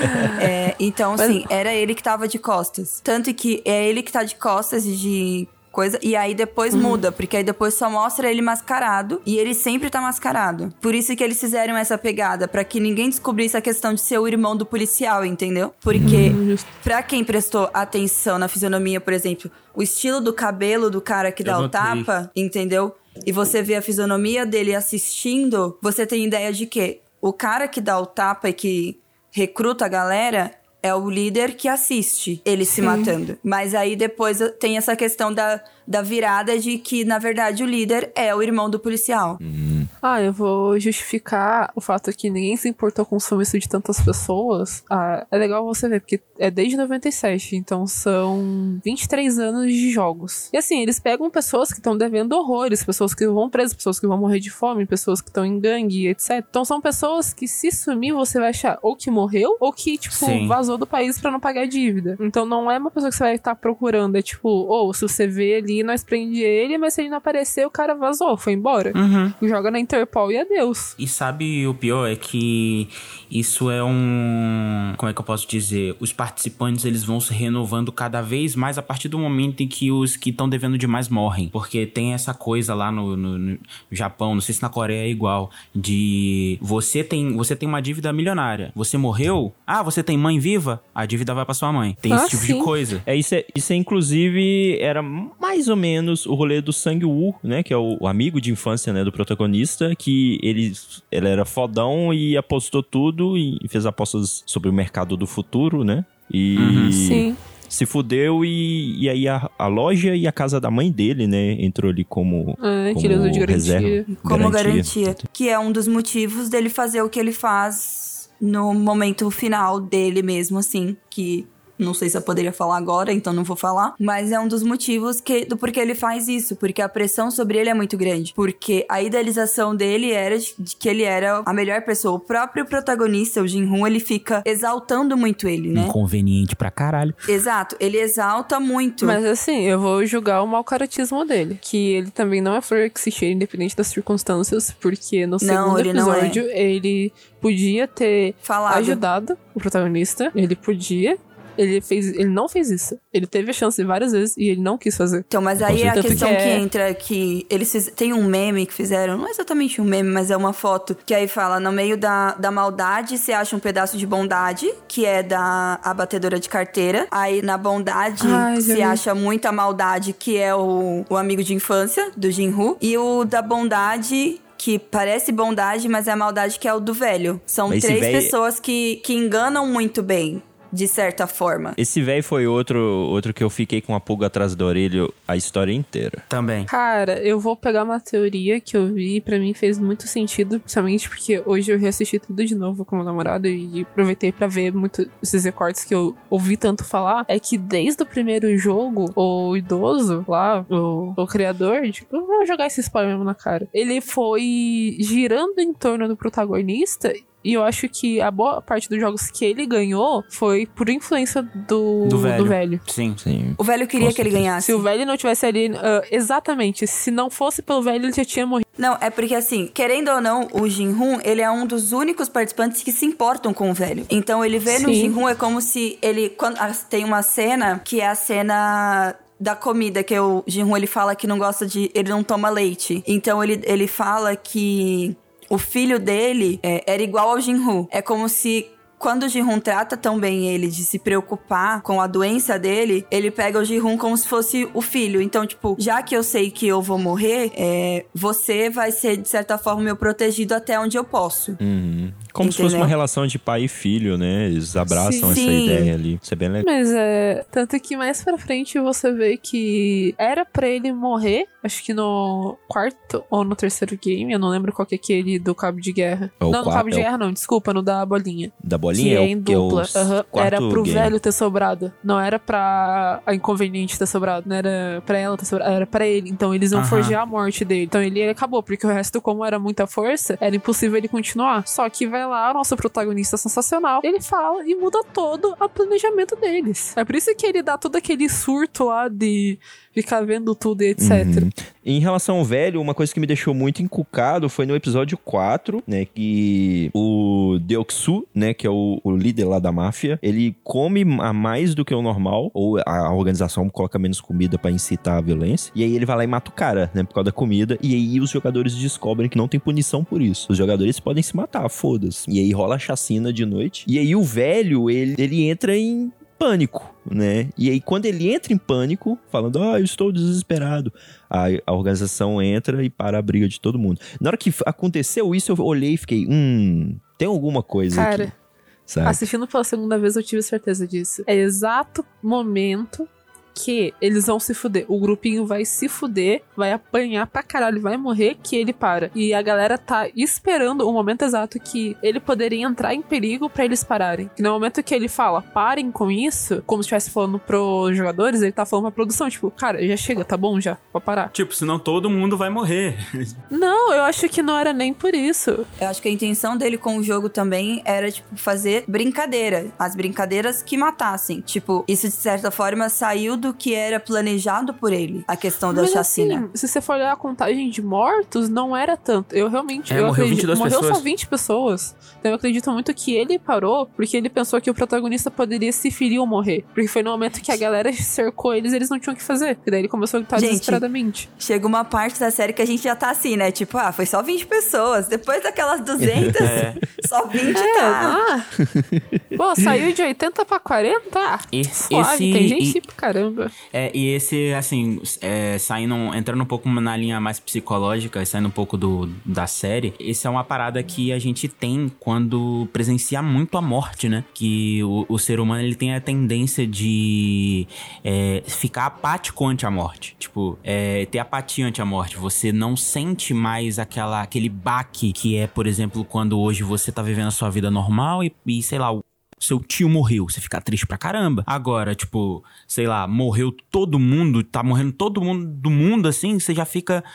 Então, sim, era ele que tava de costas. Tanto que é ele que tá de costas e de... coisa, e aí depois muda, porque aí depois só mostra ele mascarado, e ele sempre tá mascarado. Por isso que eles fizeram essa pegada, pra que ninguém descobrisse a questão de ser o irmão do policial, entendeu? Porque pra quem prestou atenção na fisionomia, por exemplo, o estilo do cabelo do cara que dá o tapa, entendeu? E você vê a fisionomia dele assistindo, você tem ideia de que o cara que dá o tapa e que recruta a galera... é o líder que assiste ele se matando. Mas aí depois tem essa questão da virada de que, na verdade, o líder é o irmão do policial. Eu vou justificar o fato que ninguém se importou com o sumiço de tantas pessoas. É legal você ver, porque é desde 97, então são 23 anos de jogos. E assim, eles pegam pessoas que estão devendo horrores, pessoas que vão presas, pessoas que vão morrer de fome, pessoas que estão em gangue, etc. Então são pessoas que, se sumir, você vai achar ou que morreu, ou que, tipo, Sim. vazou do país pra não pagar a dívida. Então não é uma pessoa que você vai estar procurando, é tipo, se você vê ali, nós prende ele, mas se ele não aparecer, o cara vazou, foi embora. Joga na Interpol e adeus. E sabe o pior? É que isso é como é que eu posso dizer? Os participantes, eles vão se renovando cada vez mais a partir do momento em que os que estão devendo demais morrem. Porque tem essa coisa lá no Japão, não sei se na Coreia é igual, de você tem uma dívida milionária. Você morreu? Você tem mãe viva? A dívida vai pra sua mãe. Tem esse tipo sim. de coisa. Isso é, inclusive, era mais ou menos o rolê do Sang-woo, né? Que é o amigo de infância, né, do protagonista, que ele era fodão e apostou tudo e fez apostas sobre o mercado do futuro, né? E Sim. se fudeu e aí a loja e a casa da mãe dele, né, entrou ali como que ele usou de garantia. reserva. Como garantia. Que é um dos motivos dele fazer o que ele faz no momento final dele mesmo, assim, que... Não sei se eu poderia falar agora, então não vou falar. Mas é um dos motivos do porquê ele faz isso. Porque a pressão sobre ele é muito grande. Porque a idealização dele era de que ele era a melhor pessoa. O próprio protagonista, o Jin-hoon, ele fica exaltando muito ele, né? Inconveniente pra caralho. Exato. Ele exalta muito. Mas assim, eu vou julgar o mau caratismo dele. Que ele também não é flor que se cheira, independente das circunstâncias. Porque no segundo episódio, ele podia ter ajudado o protagonista. Ele podia... Ele não fez isso. Ele teve a chance várias vezes e ele não quis fazer. Então, mas aí é a questão que entra que eles tem um meme que fizeram, não é exatamente um meme, mas é uma foto, que aí fala, no meio da maldade, você acha um pedaço de bondade, que é da abatedora de carteira. Aí na bondade, se acha muita maldade, que é o amigo de infância, do Jin-hoon. E o da bondade... que parece bondade, mas é a maldade, que é o do velho. São três pessoas que enganam muito bem. De certa forma. Esse velho foi outro que eu fiquei com a pulga atrás da orelha a história inteira. Também. Cara, eu vou pegar uma teoria que eu vi e pra mim fez muito sentido, principalmente porque hoje eu reassisti tudo de novo com meu namorado e aproveitei pra ver muito esses recortes que eu ouvi tanto falar. É que desde o primeiro jogo, o idoso lá, o criador, eu vou jogar esse spoiler mesmo na cara, ele foi girando em torno do protagonista. E eu acho que a boa parte dos jogos que ele ganhou foi por influência do velho. Sim. O velho queria que ele ganhasse. Se o velho não tivesse ali... exatamente. Se não fosse pelo velho, ele já tinha morrido. Não, é porque assim, querendo ou não, o Jin-hoon, ele é um dos únicos participantes que se importam com o velho. Então ele vê no Jin-hoon, é como se ele... tem uma cena que é a cena... da comida, que o Jin-hoon, ele fala que não gosta de... ele não toma leite. Então ele fala que... o filho dele era igual ao Jin-hoon. É como se, quando o Jin-hoon trata tão bem ele de se preocupar com a doença dele, ele pega o Jin-hoon como se fosse o filho. Então, tipo, já que eu sei que eu vou morrer, você vai ser, de certa forma, meu protegido até onde eu posso. Como se fosse uma relação de pai e filho, né? Eles abraçam essa ideia ali. Isso é bem legal. Mas tanto que mais pra frente você vê que era pra ele morrer, acho que no quarto ou no terceiro game, eu não lembro qual que é aquele do cabo de guerra. Não, no cabo de guerra não, desculpa, no da bolinha. Da bolinha? Que é em dupla. Era pro game. velho ter sobrado. Não era pra a inconveniente ter sobrado. Não era pra ela ter sobrado. Era pra ele. Então eles iam forjar a morte dele. Então ele acabou, porque o resto, como era muita força, era impossível ele continuar. Só que vai lá, o nosso protagonista sensacional, ele fala e muda todo o planejamento deles. É por isso que ele dá todo aquele surto lá de ficar vendo tudo e etc. Em relação ao velho, uma coisa que me deixou muito encucado foi no episódio 4, né, que o Deoksu, né, que é o líder lá da máfia, ele come a mais do que o normal, ou a organização coloca menos comida pra incitar a violência, e aí ele vai lá e mata o cara, né, por causa da comida, e aí os jogadores descobrem que não tem punição por isso. Os jogadores podem se matar, foda-se. E aí rola a chacina de noite, e aí o velho, ele entra em pânico, né? E aí quando ele entra em pânico, falando, eu estou desesperado, a organização entra e para a briga de todo mundo. Na hora que aconteceu isso, eu olhei e fiquei, tem alguma coisa aqui. Sabe? Assistindo pela segunda vez eu tive certeza disso. É exato momento que eles vão se fuder. O grupinho vai se fuder, vai apanhar pra caralho, vai morrer, que ele para. E a galera tá esperando o momento exato que ele poderia entrar em perigo pra eles pararem. E no momento que ele fala, parem com isso, como se estivesse falando pros jogadores, ele tá falando pra produção, tipo, cara, já chega, tá bom já, pode parar. Tipo, senão todo mundo vai morrer. Não, eu acho que não era nem por isso. Eu acho que a intenção dele com o jogo também era, tipo, fazer brincadeira. As brincadeiras que matassem. Tipo, isso de certa forma saiu do que era planejado por ele. A questão da Mas chacina. assim, se você for olhar a contagem de mortos, não era tanto. Eu realmente... eu morreu 22 morreu pessoas. só 20 pessoas. Então eu acredito muito que ele parou porque ele pensou que o protagonista poderia se ferir ou morrer. Porque foi no momento que a galera cercou eles não tinham o que fazer. E daí ele começou a lutar Gente, desesperadamente. Chega uma parte da série que a gente já tá assim, né? Tipo, foi só 20 pessoas. Depois daquelas 200, só 20 tá. Pô, saiu de 80 pra 40? Suave, tem gente pra caramba. E esse, assim, entrando um pouco na linha mais psicológica, saindo um pouco da série, esse é uma parada que a gente tem quando presencia muito a morte, né? Que o ser humano, ele tem a tendência de ficar apático ante a morte. Tipo, ter apatia ante a morte. Você não sente mais aquele baque que é, por exemplo, quando hoje você tá vivendo a sua vida normal e sei lá, seu tio morreu, você fica triste pra caramba. Agora, tipo, sei lá, morreu todo mundo, tá morrendo todo mundo do mundo, assim, você já fica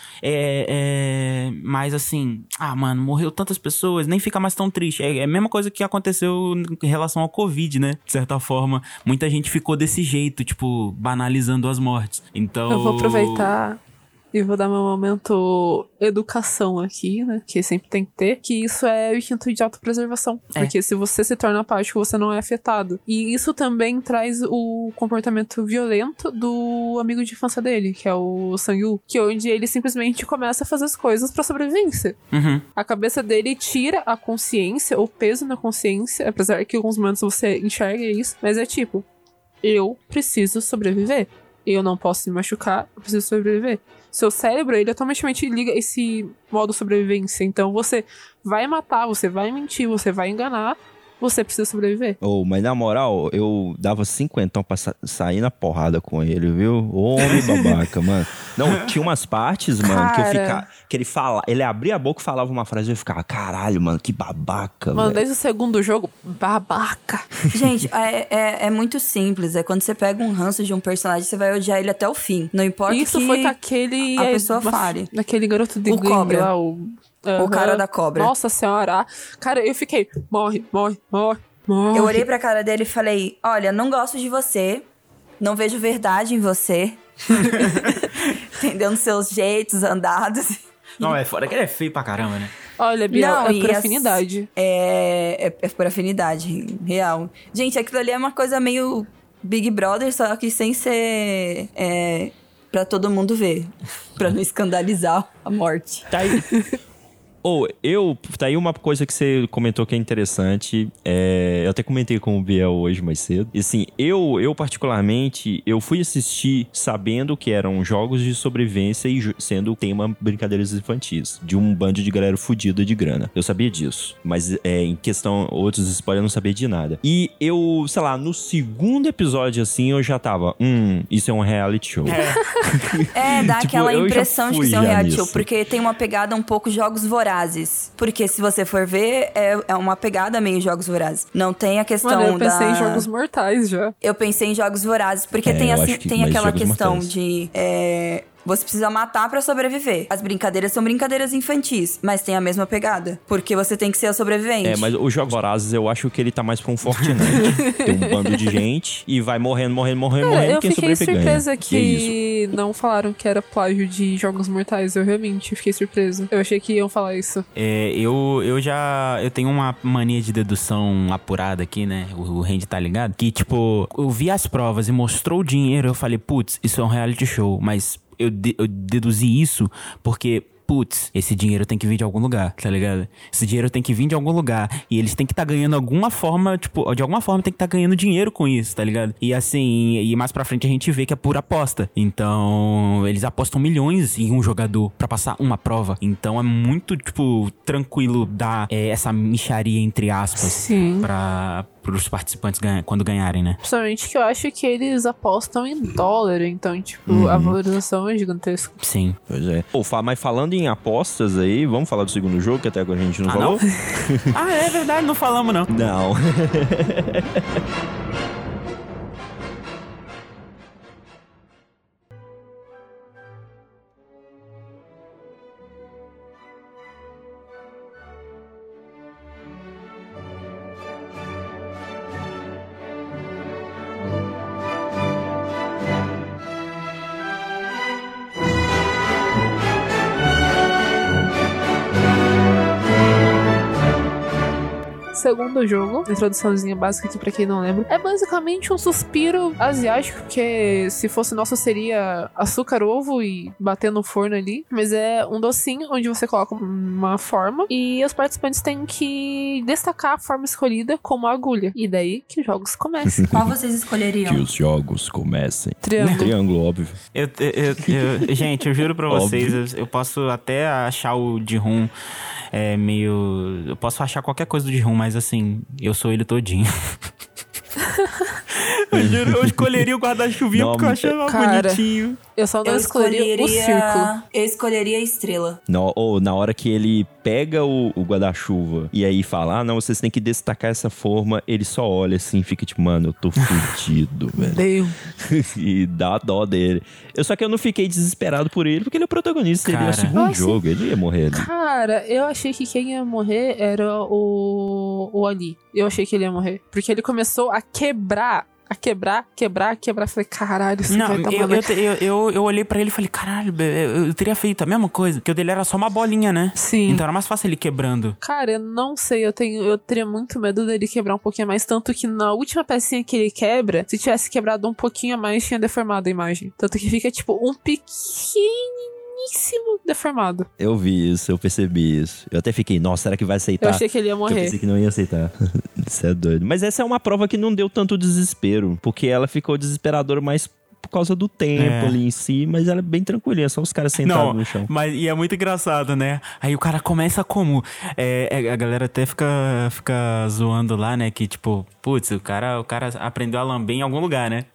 mais assim, mano, morreu tantas pessoas, nem fica mais tão triste. É a mesma coisa que aconteceu em relação ao Covid, né? De certa forma, muita gente ficou desse jeito, tipo, banalizando as mortes. Então... Eu vou aproveitar... e vou dar meu momento educação aqui, né? Que sempre tem que ter. Que isso é o instinto de autopreservação. Porque se você se torna apático, você não é afetado. E isso também traz o comportamento violento do amigo de infância dele, que é o Sang-Yu. Que onde ele simplesmente começa a fazer as coisas pra sobrevivência. Uhum. A cabeça dele tira a consciência, o peso na consciência. Apesar que em alguns momentos você enxerga isso. Mas é tipo, eu preciso sobreviver. Eu não posso me machucar, eu preciso sobreviver. Seu cérebro, ele automaticamente liga esse modo sobrevivência. Então você vai matar, você vai mentir, você vai enganar, você precisa sobreviver. Mas na moral, eu dava 50 pra sair na porrada com ele, viu? Homem babaca, mano. Não, tinha umas partes, mano, que eu ficava... Que ele abria a boca e falava uma frase e eu ficava, caralho, mano, que babaca, mano, véio. desde o segundo jogo, babaca. Gente, é muito simples. É quando você pega um ranço de um personagem, você vai odiar ele até o fim. Não importa isso que foi com aquele... a pessoa fale. Naquele garoto de O gangue cobra. lá, O cara da cobra. Nossa senhora. Cara, eu fiquei, morre. Eu olhei pra cara dele e falei, olha, não gosto de você, não vejo verdade em você. Entendeu? Nos seus jeitos, andados. Não, é fora que ele é feio pra caramba, né? Olha, Biel, Não, é por e afinidade. É por afinidade, real. Gente, aquilo ali é uma coisa meio Big Brother, só que sem ser pra todo mundo ver. Pra não escandalizar a morte. Tá aí. Tá aí uma coisa que você comentou que é interessante. Eu até comentei com o Biel hoje mais cedo. E assim, eu particularmente, eu fui assistir sabendo que eram jogos de sobrevivência e sendo o tema brincadeiras infantis. De um bando de galera fudida de grana. Eu sabia disso. Mas em questão, outros spoilers, eu não sabia de nada. E eu, sei lá, no segundo episódio, assim, eu já tava, isso é um reality show. Dá Tipo, aquela eu já impressão de fui que é um já reality show, nisso. porque tem uma pegada um pouco Jogos Vorazes. Porque se você for ver, é uma pegada meio Jogos Vorazes. Não tem a questão Mano, eu pensei em Jogos Mortais já. Eu pensei em Jogos Vorazes, porque tem eu acho que mais aquela Jogos questão Mortais. de... Você precisa matar pra sobreviver. As brincadeiras são brincadeiras infantis, mas tem a mesma pegada. Porque você tem que ser a sobrevivente. Mas os Jogos Vorazes eu acho que ele tá mais pra um Fortnite. Tem um bando de gente e vai morrendo. Eu Quem fiquei sobrevive ganha. surpresa E é que não falaram que era plágio de Jogos Mortais. Eu realmente fiquei surpresa. Eu achei que iam falar isso. Eu tenho uma mania de dedução apurada aqui, né? O Randy tá ligado? Que, tipo, eu vi as provas e mostrou o dinheiro, eu falei, putz, isso é um reality show. Mas eu deduzi isso porque... Putz, esse dinheiro tem que vir de algum lugar, tá ligado? Esse dinheiro tem que vir de algum lugar. E eles têm que estar ganhando alguma forma, tipo, de alguma forma tem que estar ganhando dinheiro com isso, tá ligado? E assim, e mais pra frente a gente vê que é pura aposta. Então, eles apostam milhões em um jogador pra passar uma prova. Então é muito, tipo, tranquilo dar essa mixaria, entre aspas, Sim. pros participantes quando ganharem, né? Principalmente que eu acho que eles apostam em dólar, então, tipo, a valorização é gigantesca. Sim. Pois é. Pô, mas falando em apostas aí, vamos falar do segundo jogo, que até agora a gente não falou? Ah, é verdade, não falamos não. Não. Segundo jogo, introduçãozinha básica aqui pra quem não lembra, é basicamente um suspiro asiático, que se fosse nosso seria açúcar, ovo e bater no forno ali, mas é um docinho onde você coloca uma forma e os participantes têm que destacar a forma escolhida como a agulha, e daí que os jogos começam. Qual vocês escolheriam? Que os jogos comecem. Triângulo. Triângulo, óbvio. Gente, eu juro pra vocês, eu posso até achar o Ji-Hoon meio... Eu posso achar qualquer coisa do Ji-Hoon, mas assim, eu sou ele todinho. Eu juro, eu escolheria o guarda-chuvinha porque eu achava bonitinho. Eu só não escolheria o círculo. Eu escolheria a estrela. Na hora que ele pega o guarda-chuva e aí fala, não, vocês têm que destacar essa forma, ele só olha assim, fica tipo, mano, eu tô fudido, velho. E dá dó dele. Só que eu não fiquei desesperado por ele, porque ele é o protagonista, ele é o segundo jogo, ele ia morrer ali. Cara, eu achei que quem ia morrer era o Ali. Eu achei que ele ia morrer. Porque ele começou a quebrar. Falei, caralho, isso vai dar eu olhei pra ele e falei, caralho, eu teria feito a mesma coisa. Porque o dele era só uma bolinha, né? Sim. Então era mais fácil ele quebrando. Cara, eu não sei, eu teria muito medo dele quebrar um pouquinho mais. Tanto que na última pecinha que ele quebra, se tivesse quebrado um pouquinho a mais, tinha deformado a imagem. Tanto que fica tipo um pequenininho deformado. Eu vi isso, eu percebi isso. Eu até fiquei, nossa, será que vai aceitar? Eu achei que ele ia morrer. Eu pensei que não ia aceitar. Isso é doido. Mas essa é uma prova que não deu tanto desespero, porque ela ficou desesperadora mais por causa do tempo ali em si, mas ela é bem tranquilinha, só os caras sentados no chão. E é muito engraçado, né? Aí o cara começa como? A galera até fica zoando lá, né? Que tipo, putz, o cara aprendeu a lamber em algum lugar, né?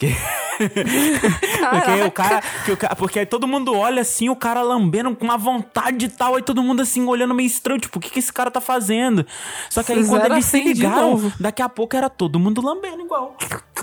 Porque aí todo mundo olha assim, o cara lambendo com uma vontade e tal, aí todo mundo assim olhando meio estranho, tipo, o que esse cara tá fazendo? Só que aí quando eles se ligaram, daqui a pouco era todo mundo lambendo igual.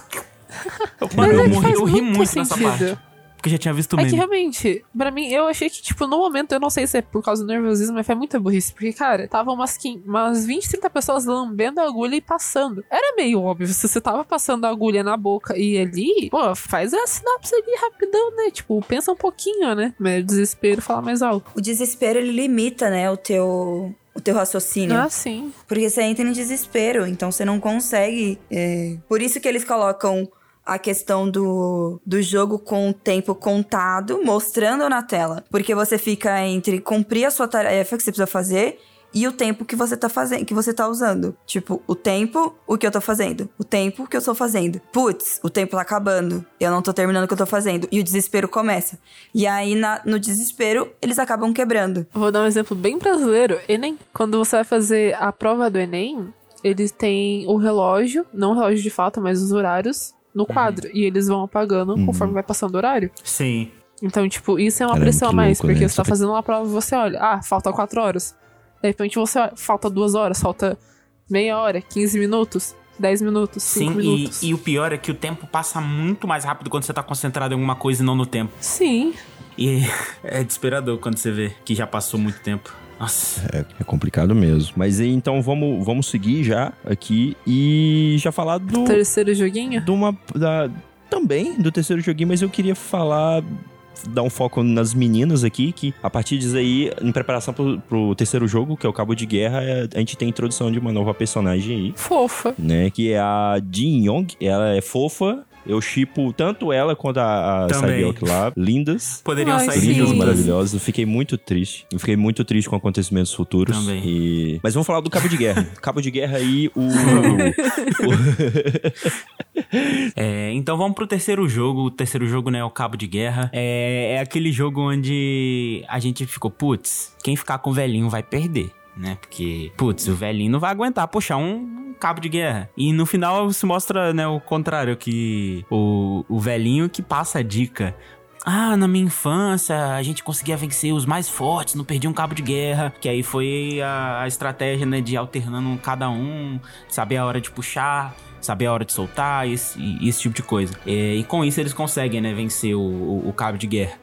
Mano, eu ri muito nessa parte. Porque já tinha visto o meme. É que realmente, pra mim, eu achei que, tipo, no momento, eu não sei se é por causa do nervosismo, mas foi muita burrice. Porque, cara, tava umas 20, 30 pessoas lambendo a agulha e passando. Era meio óbvio, se você tava passando a agulha na boca e ali, pô, faz a sinapse ali rapidão, né? Tipo, pensa um pouquinho, né? Mas o desespero fala mais alto. O desespero, ele limita, né, o teu raciocínio. Ah, sim. Porque você entra em desespero, então você não consegue... Por isso que eles colocam a questão do jogo com o tempo contado, mostrando na tela. Porque você fica entre cumprir a sua tarefa que você precisa fazer e o tempo que você tá fazendo, que você tá usando. Tipo, o tempo, o que eu tô fazendo. O tempo que eu estou fazendo. Putz, o tempo tá acabando. Eu não tô terminando o que eu tô fazendo. E o desespero começa. E aí, no desespero, eles acabam quebrando. Vou dar um exemplo bem brasileiro. Enem. Quando você vai fazer a prova do Enem, eles têm o relógio, não o relógio de fato, mas os horários no quadro. E eles vão apagando conforme vai passando o horário. Sim. Então, tipo, isso é uma pressão a mais. Porque você tá fazendo uma prova e você olha, falta 4 horas. De repente você olha, falta 2 horas, falta meia hora, 15 minutos, 10 minutos, 5 minutos. Sim, e o pior é que o tempo passa muito mais rápido quando você tá concentrado em alguma coisa e não no tempo. Sim. E é desesperador quando você vê que já passou muito tempo. Nossa. É complicado mesmo. Mas então vamos seguir já aqui e já falar do... Terceiro joguinho? Também do terceiro joguinho, mas eu queria dar um foco nas meninas aqui, que a partir disso aí, em preparação pro terceiro jogo, que é o Cabo de Guerra, a gente tem a introdução de uma nova personagem aí. Fofa. Né, que é a Jin Young. Ela é fofa. Eu shippo tanto ela quanto a Saibok lá. Lindas. Poderiam sair lindas, juntas. maravilhosas. Eu fiquei muito triste. Com acontecimentos futuros. Também. Mas vamos falar do Cabo de Guerra. Cabo de Guerra aí, então vamos pro terceiro jogo. O terceiro jogo, né, é o Cabo de Guerra. É aquele jogo onde a gente ficou, putz, quem ficar com o velhinho vai perder, né? Porque, putz, o velhinho não vai aguentar puxar um cabo de guerra. E no final se mostra, né, o contrário, que o velhinho que passa a dica. Ah, na minha infância a gente conseguia vencer os mais fortes, não perdia um cabo de guerra. Que aí foi a estratégia, né, de alternando cada um, saber a hora de puxar, saber a hora de soltar, esse tipo de coisa. E com isso eles conseguem, né, vencer o cabo de guerra.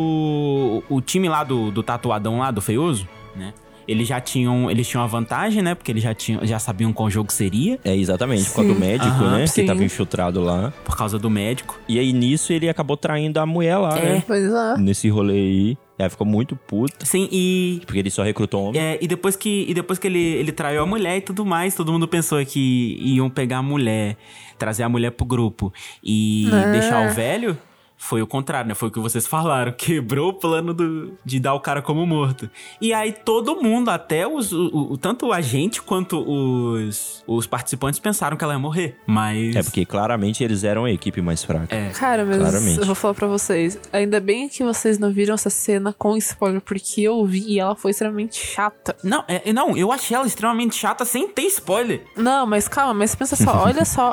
O time lá do tatuadão lá, do feioso, né? Eles tinham a vantagem, né? Porque eles já sabiam qual jogo seria. É, exatamente, por causa do médico, né? sim. Que tava infiltrado lá. Por causa do médico. E aí, nisso, ele acabou traindo a mulher lá, né? Pois é. Nesse rolê aí. Ela ficou muito puta. Sim, e... Porque ele só recrutou homem. E depois que ele traiu a mulher e tudo mais, todo mundo pensou que iam pegar a mulher, trazer a mulher pro grupo e deixar o velho... Foi o contrário, né? Foi o que vocês falaram. Quebrou o plano de dar o cara como morto. E aí todo mundo, até tanto a gente quanto os participantes pensaram que ela ia morrer. Mas... É porque claramente eles eram a equipe mais fraca. Cara, mas Claramente. eu vou falar pra vocês. Ainda bem que vocês não viram essa cena com spoiler, porque eu vi e ela foi extremamente chata. Não, eu achei ela extremamente chata sem ter spoiler. Não, mas calma, mas pensa só. Olha só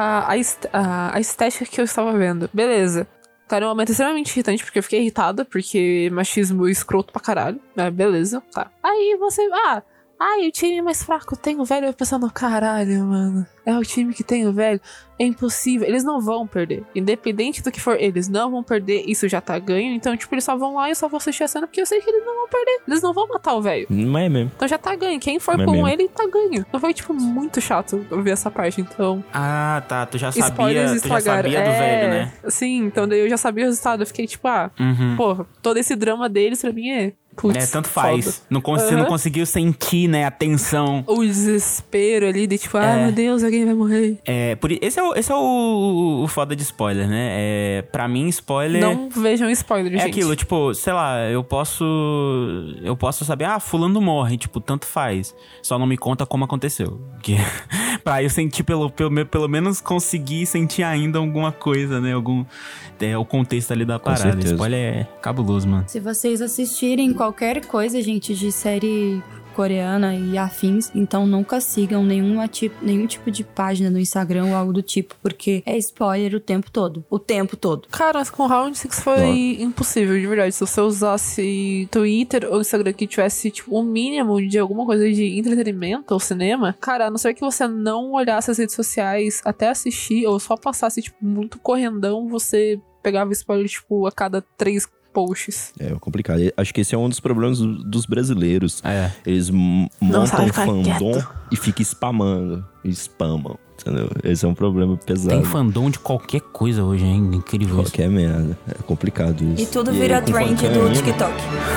a estética que eu estava vendo. Beleza. Tá num momento extremamente irritante, porque eu fiquei irritada, porque machismo escroto pra caralho. Beleza, tá. Aí você... o time mais fraco tem o velho. Eu pensando, caralho, mano. É o time que tem o velho. É impossível. Eles não vão perder. Independente do que for, eles não vão perder. Isso já tá ganho. Então, tipo, eles só vão lá e eu só vou assistir a cena porque eu sei que eles não vão perder. Eles não vão matar o velho. Não é mesmo. Então já tá ganho. Quem for Não é com mesmo. ele, tá ganho. Não foi, tipo, muito chato eu ver essa parte. Então... Ah, tá. Tu já Spoilers sabia estragaram. do velho, né? Sim, então daí eu já sabia o resultado. Eu fiquei, tipo, porra, todo esse drama deles pra mim é... Putz, Tanto faz. foda. Você não conseguiu sentir, né, a tensão. O desespero ali de tipo, meu Deus, alguém vai morrer. Esse é o foda de spoiler, né? Pra mim, spoiler... Não vejam spoiler, gente. É aquilo, tipo, sei lá, eu posso saber, fulano morre, tipo, tanto faz. Só não me conta como aconteceu. Pra eu sentir, pelo menos conseguir sentir ainda alguma coisa, né? O contexto ali da parada. certeza. Spoiler é cabuloso, mano. Se vocês assistirem qualquer coisa, gente, de série coreana e afins, então nunca sigam nenhum tipo de página no Instagram ou algo do tipo, porque é spoiler o tempo todo. O tempo todo. Cara, mas com Round 6 foi impossível, de verdade. Se você usasse Twitter ou Instagram que tivesse, tipo, um mínimo de alguma coisa de entretenimento ou cinema, cara, a não ser que você não olhasse as redes sociais até assistir ou só passasse, tipo, muito correndão, você pegava spoiler, tipo, a cada 3 posts. É complicado. Acho que esse é um dos problemas dos brasileiros. Eles montam sabe ficar fandom quieto. e ficam spamando. Spamam. Entendeu? Esse é um problema pesado. Tem fandom de qualquer coisa hoje, hein? Incrível isso. Qualquer merda. É complicado isso. E tudo vira aí, com trend fancam do ainda. TikTok.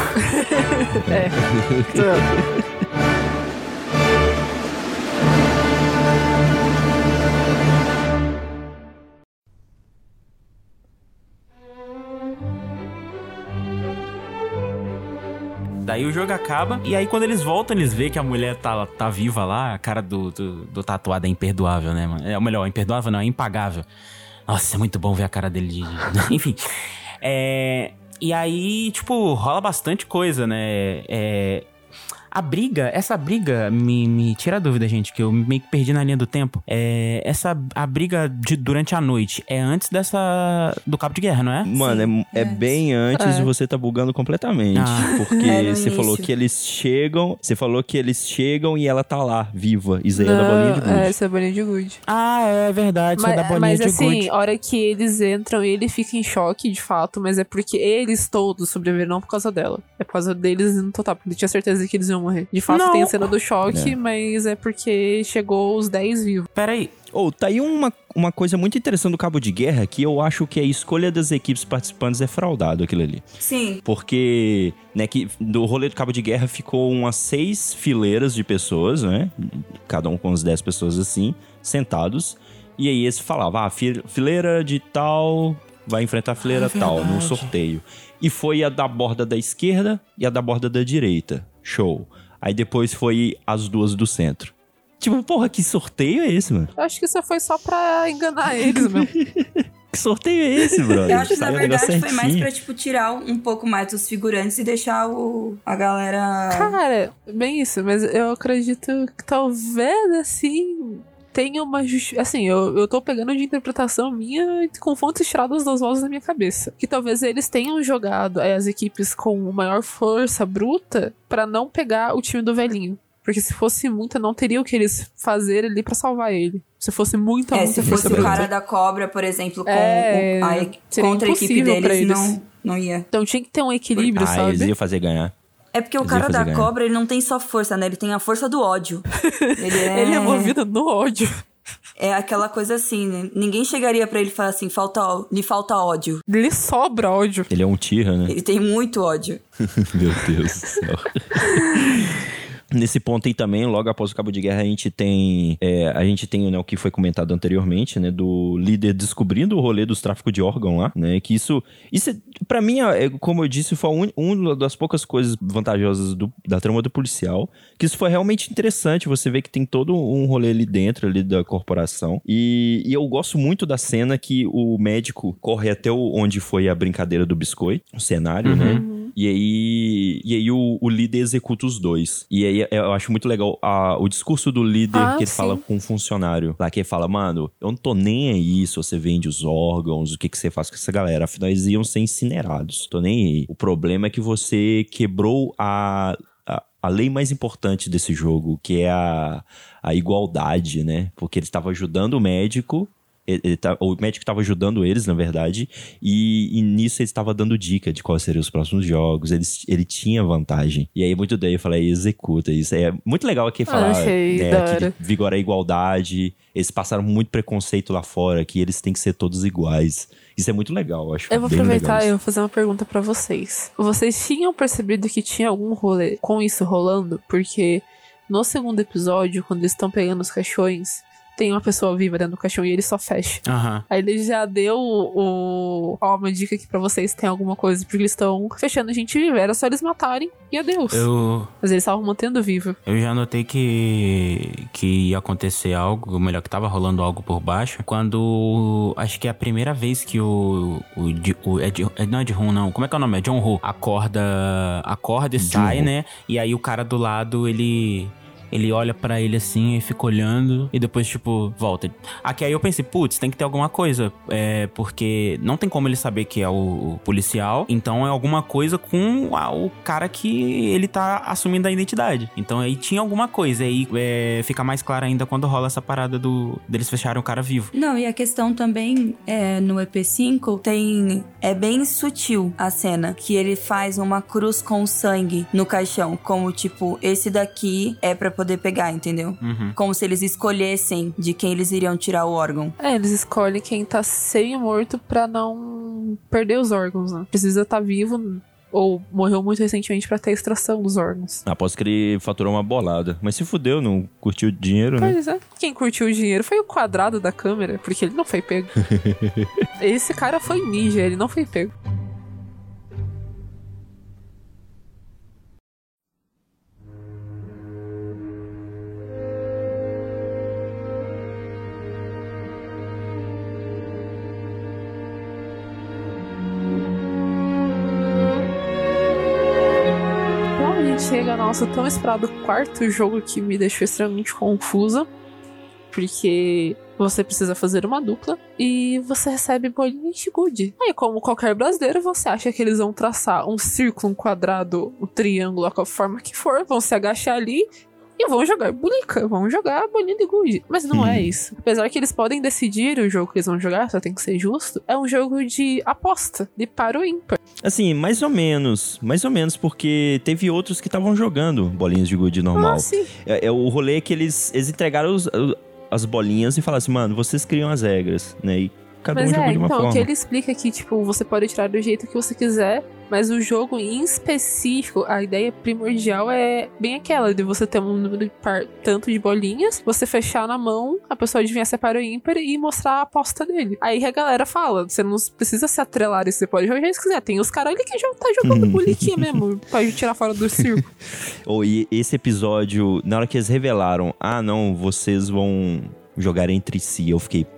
Daí o jogo acaba, e aí quando eles voltam, eles veem que a mulher tá viva lá, a cara do tatuado é imperdoável, né, mano? Ou melhor, imperdoável não, é impagável. Nossa, é muito bom ver a cara dele Enfim. E aí, tipo, rola bastante coisa, né? Essa briga me tira a dúvida, gente, que eu meio que perdi na linha do tempo. A briga durante a noite é antes do cabo de guerra, não é? Mano, é bem antes e você tá bugando completamente. Porque você falou que eles chegam. Você falou que eles chegam e ela tá lá, viva. Isso aí é da bolinha de gude. Essa é a bolinha de gude. É verdade, isso é da bolinha mas de assim, gude. a hora que eles entram, ele fica em choque, de fato, mas é porque eles todos sobreviveram, não por causa dela. É por causa deles no total, porque ele tinha certeza que eles iam morrer. De fato, tem a cena do choque, mas é porque chegou os 10 vivos. Peraí. Tá aí uma coisa muito interessante do cabo de guerra, que eu acho que a escolha das equipes participantes é fraudado aquilo ali. Sim. Porque, né, que do rolê do cabo de guerra ficou umas 6 fileiras de pessoas, né? Cada um com uns 10 pessoas assim, sentados. E aí eles falavam, fileira de tal vai enfrentar a fileira tal, num sorteio. E foi a da borda da esquerda e a da borda da direita. Show. Aí depois foi as duas do centro. Tipo, porra, que sorteio é esse, mano? Eu acho que isso foi só pra enganar eles, meu. Que sorteio é esse, brother? Eu acho que, na Saiu o negócio verdade, foi mais certinho. pra, tipo, tirar um pouco mais dos figurantes e deixar a galera... Cara, bem isso, mas eu acredito que talvez, assim... tem uma assim, eu tô pegando de interpretação minha com fontes tiradas das vozes da minha cabeça. Que talvez eles tenham jogado as equipes com maior força bruta pra não pegar o time do velhinho. Porque se fosse muita, não teria o que eles fazer ali pra salvar ele. Se fosse muita se fosse força o bruta. cara da cobra, por exemplo, com contra a equipe deles, não ia. Então tinha que ter um equilíbrio, sabe? Eles iam fazer ganhar. É porque o cara da cobra, ele não tem só força, né? Ele tem a força do ódio. Ele é movido no ódio. É aquela coisa assim, né? Ninguém chegaria pra ele e falar assim, lhe falta ódio. Lhe sobra ódio. Ele é um Tira, né? Ele tem muito ódio. Meu Deus do céu. Nesse ponto aí também, logo após o Cabo de Guerra, a gente tem né, o que foi comentado anteriormente, né, do líder descobrindo o rolê dos tráficos de órgão lá, né, que isso pra mim, como eu disse, foi uma das poucas coisas vantajosas da trama do policial, que isso foi realmente interessante, você vê que tem todo um rolê ali dentro, ali da corporação, e eu gosto muito da cena que o médico corre até onde foi a brincadeira do biscoito, o cenário, né, e aí o líder executa os dois. E aí eu acho muito legal o discurso do líder que ele fala com um funcionário. Lá que ele fala, mano, eu não tô nem aí se você vende os órgãos, o que você faz com essa galera. Afinal, eles iam ser incinerados. Tô nem aí. O problema é que você quebrou a lei mais importante desse jogo, que é a igualdade, né? Porque ele estava ajudando o médico... o médico estava ajudando eles, na verdade, e nisso ele estava dando dica de quais seriam os próximos jogos. Ele tinha vantagem. E aí, muito daí, eu falei, executa isso. É muito legal aqui falar que vigora a igualdade. Eles passaram muito preconceito lá fora, que eles têm que ser todos iguais. Isso é muito legal, eu acho. Eu vou aproveitar e vou fazer uma pergunta pra vocês. Vocês tinham percebido que tinha algum rolê com isso rolando? Porque no segundo episódio, quando eles estão pegando os caixões, tem uma pessoa viva dentro do caixão e ele só fecha. Aí ele já deu uma dica aqui pra vocês se tem alguma coisa, porque eles estão fechando a gente viva. Era só eles matarem e adeus. Mas eles estavam mantendo vivo. Eu já notei que ia acontecer algo, ou melhor, que tava rolando algo por baixo, quando acho que é a primeira vez que não é de Hun, não. Como é que é o nome? É John Ho. Acorda e sai, né? E aí o cara do lado, ele olha pra ele assim e fica olhando e depois, tipo, volta. Aqui aí eu pensei, putz, tem que ter alguma coisa. Porque não tem como ele saber que é o policial. Então é alguma coisa com o cara que ele tá assumindo a identidade. Então aí tinha alguma coisa. Aí fica mais claro ainda quando rola essa parada deles fecharem o cara vivo. Não, e a questão também no EP5 é bem sutil a cena. Que ele faz uma cruz com sangue no caixão. Como, tipo, esse daqui é pra poder pegar, entendeu? Como se eles escolhessem de quem eles iriam tirar o órgão. Eles escolhem quem tá semi-morto pra não perder os órgãos, né? Precisa estar vivo ou morreu muito recentemente pra ter a extração dos órgãos. Aposto que ele faturou uma bolada. Mas se fudeu, não curtiu o dinheiro, né? Pois é. Quem curtiu o dinheiro foi o quadrado da câmera, porque ele não foi pego. Esse cara foi ninja, ele não foi pego. Chega ao nosso tão esperado quarto jogo que me deixou extremamente confusa, porque você precisa fazer uma dupla e você recebe bolinhas de gude. Aí, como qualquer brasileiro, você acha que eles vão traçar um círculo, um quadrado, um triângulo, a forma que for, vão se agachar ali e vão jogar bulica, vão jogar bolinha de gude. Mas não é isso. Apesar que eles podem decidir o jogo que eles vão jogar, só tem que ser justo, é um jogo de aposta, de par ou ímpar. Assim, mais ou menos, porque teve outros que estavam jogando bolinhas de gude normal. Sim. O rolê é que eles entregaram as bolinhas e falaram assim, mano, vocês criam as regras, né? E cada um jogou de uma forma. O que ele explica é que, tipo, você pode tirar do jeito que você quiser, mas o jogo em específico, a ideia primordial é bem aquela de você ter um número de tanto de bolinhas, você fechar na mão, a pessoa adivinhar se é par ou ímpar e mostrar a aposta dele. Aí a galera fala, você não precisa se atrelar, você pode jogar se quiser. Tem os caras ali que já tá jogando boliquinha mesmo, pode tirar fora do circo. E esse episódio, na hora que eles revelaram, não, vocês vão jogar entre si, eu fiquei,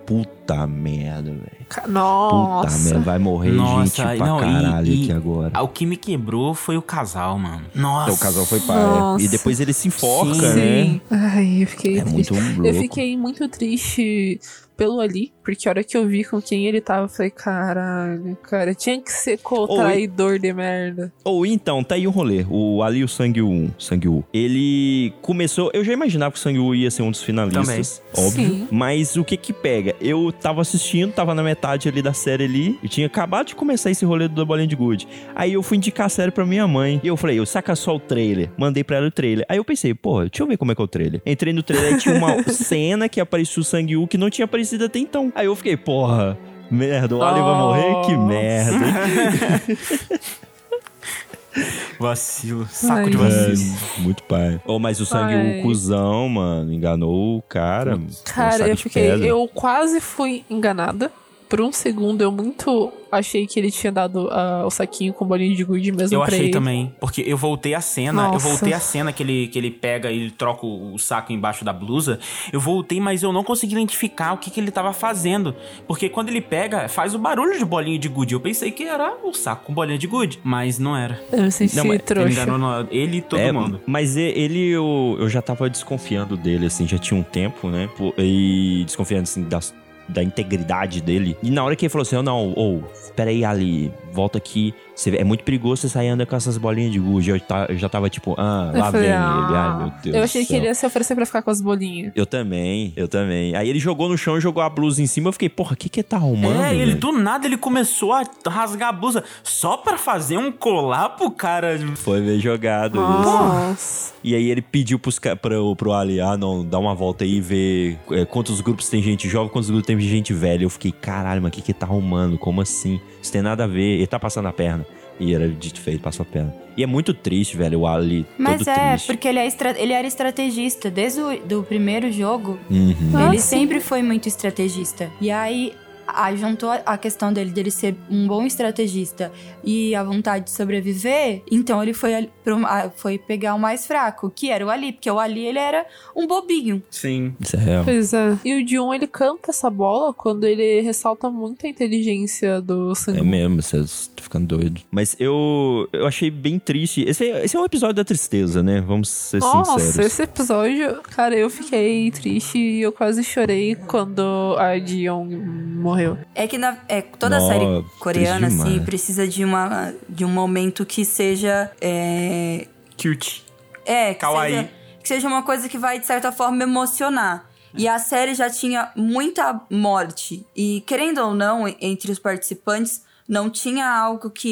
puta merda, velho. Nossa. Puta merda, vai morrer gente pra caralho aqui agora. O que me quebrou foi o casal, mano. Nossa. Então, o casal foi pai. Nossa. E depois ele se enforca, Sim. né? Ai, eu fiquei É triste. muito louco. Eu fiquei muito triste pelo Ali, porque a hora que eu vi com quem ele tava, eu falei, caralho, cara, tinha que ser traidor de merda. Ou então, tá aí um rolê. O Ali e o Sang-woo, ele começou... Eu já imaginava que o Sang-woo ia ser um dos finalistas, óbvio. Sim. Mas o que pega? Eu tava assistindo, tava na metade ali da série ali, e tinha acabado de começar esse rolê do Bolinha de Gude. Aí eu fui indicar a série pra minha mãe, e eu falei, saca só o trailer. Mandei pra ela o trailer. Aí eu pensei, porra, deixa eu ver como é que é o trailer. Entrei no trailer e tinha uma cena que apareceu o Sang-woo que não tinha aparecido até então. Aí eu fiquei, porra, merda, o Ali vai morrer? Que merda. Vacilo, saco de vacilo. Muito pai. Mas o Sang-woo, cuzão, mano, enganou o cara. Cara, eu quase fui enganada. Por um segundo, eu muito achei que ele tinha dado o saquinho com bolinho de gude mesmo eu pra ele. Eu achei também, porque eu voltei a cena, Nossa. que ele pega e ele troca o saco embaixo da blusa. Eu voltei, mas eu não consegui identificar o que ele tava fazendo. Porque quando ele pega, faz o barulho de bolinho de gude. Eu pensei que era o saco com bolinha de gude, mas não era. Eu me senti trouxa. Ele enganou ele e todo mundo. Mas eu já tava desconfiando dele, assim, já tinha um tempo, né? E desconfiando, assim, da integridade dele. E na hora que ele falou assim, espera aí, Ali, volta aqui. É muito perigoso você sair andando com essas bolinhas de gude. Eu já tava tipo, lá vem ele. Ai, meu Deus. Eu achei que ele ia se oferecer pra ficar com as bolinhas. Eu também. Aí ele jogou no chão e jogou a blusa em cima. Eu fiquei, porra, o que ele tá arrumando? Ele do nada ele começou a rasgar a blusa só pra fazer um colar pro cara. Foi meio jogado. Nossa. E aí ele pediu pro Ali, não, dá uma volta aí e ver quantos grupos tem gente jovem, quantos grupos tem gente velha. Eu fiquei, caralho, mas o que ele tá arrumando? Como assim? Isso tem nada a ver. Ele tá passando a perna. E era dito feito, passou a perna. E é muito triste, velho, o Ali mas todo triste. Porque ele era estrategista. Desde o primeiro jogo, Uhum. ele sempre foi muito estrategista. E aí juntou a questão dele ser um bom estrategista e a vontade de sobreviver, então ele foi pegar o mais fraco, que era o Ali, porque o Ali, ele era um bobinho. Sim. Isso é real. Pois é. E o Jun, ele canta essa bola quando ele ressalta muito a inteligência do Sang-woo. É mesmo, você tá ficando doido. Mas eu achei bem triste. Esse é um episódio da tristeza, né? Vamos ser sinceros. Nossa, esse episódio, cara, eu fiquei triste e eu quase chorei quando a Jiyeon morreu. É que toda série coreana, triste assim, demais. precisa de um momento que seja... Cute. Que seja uma coisa que vai, de certa forma, emocionar. E a série já tinha muita morte. E, querendo ou não, entre os participantes, não tinha algo que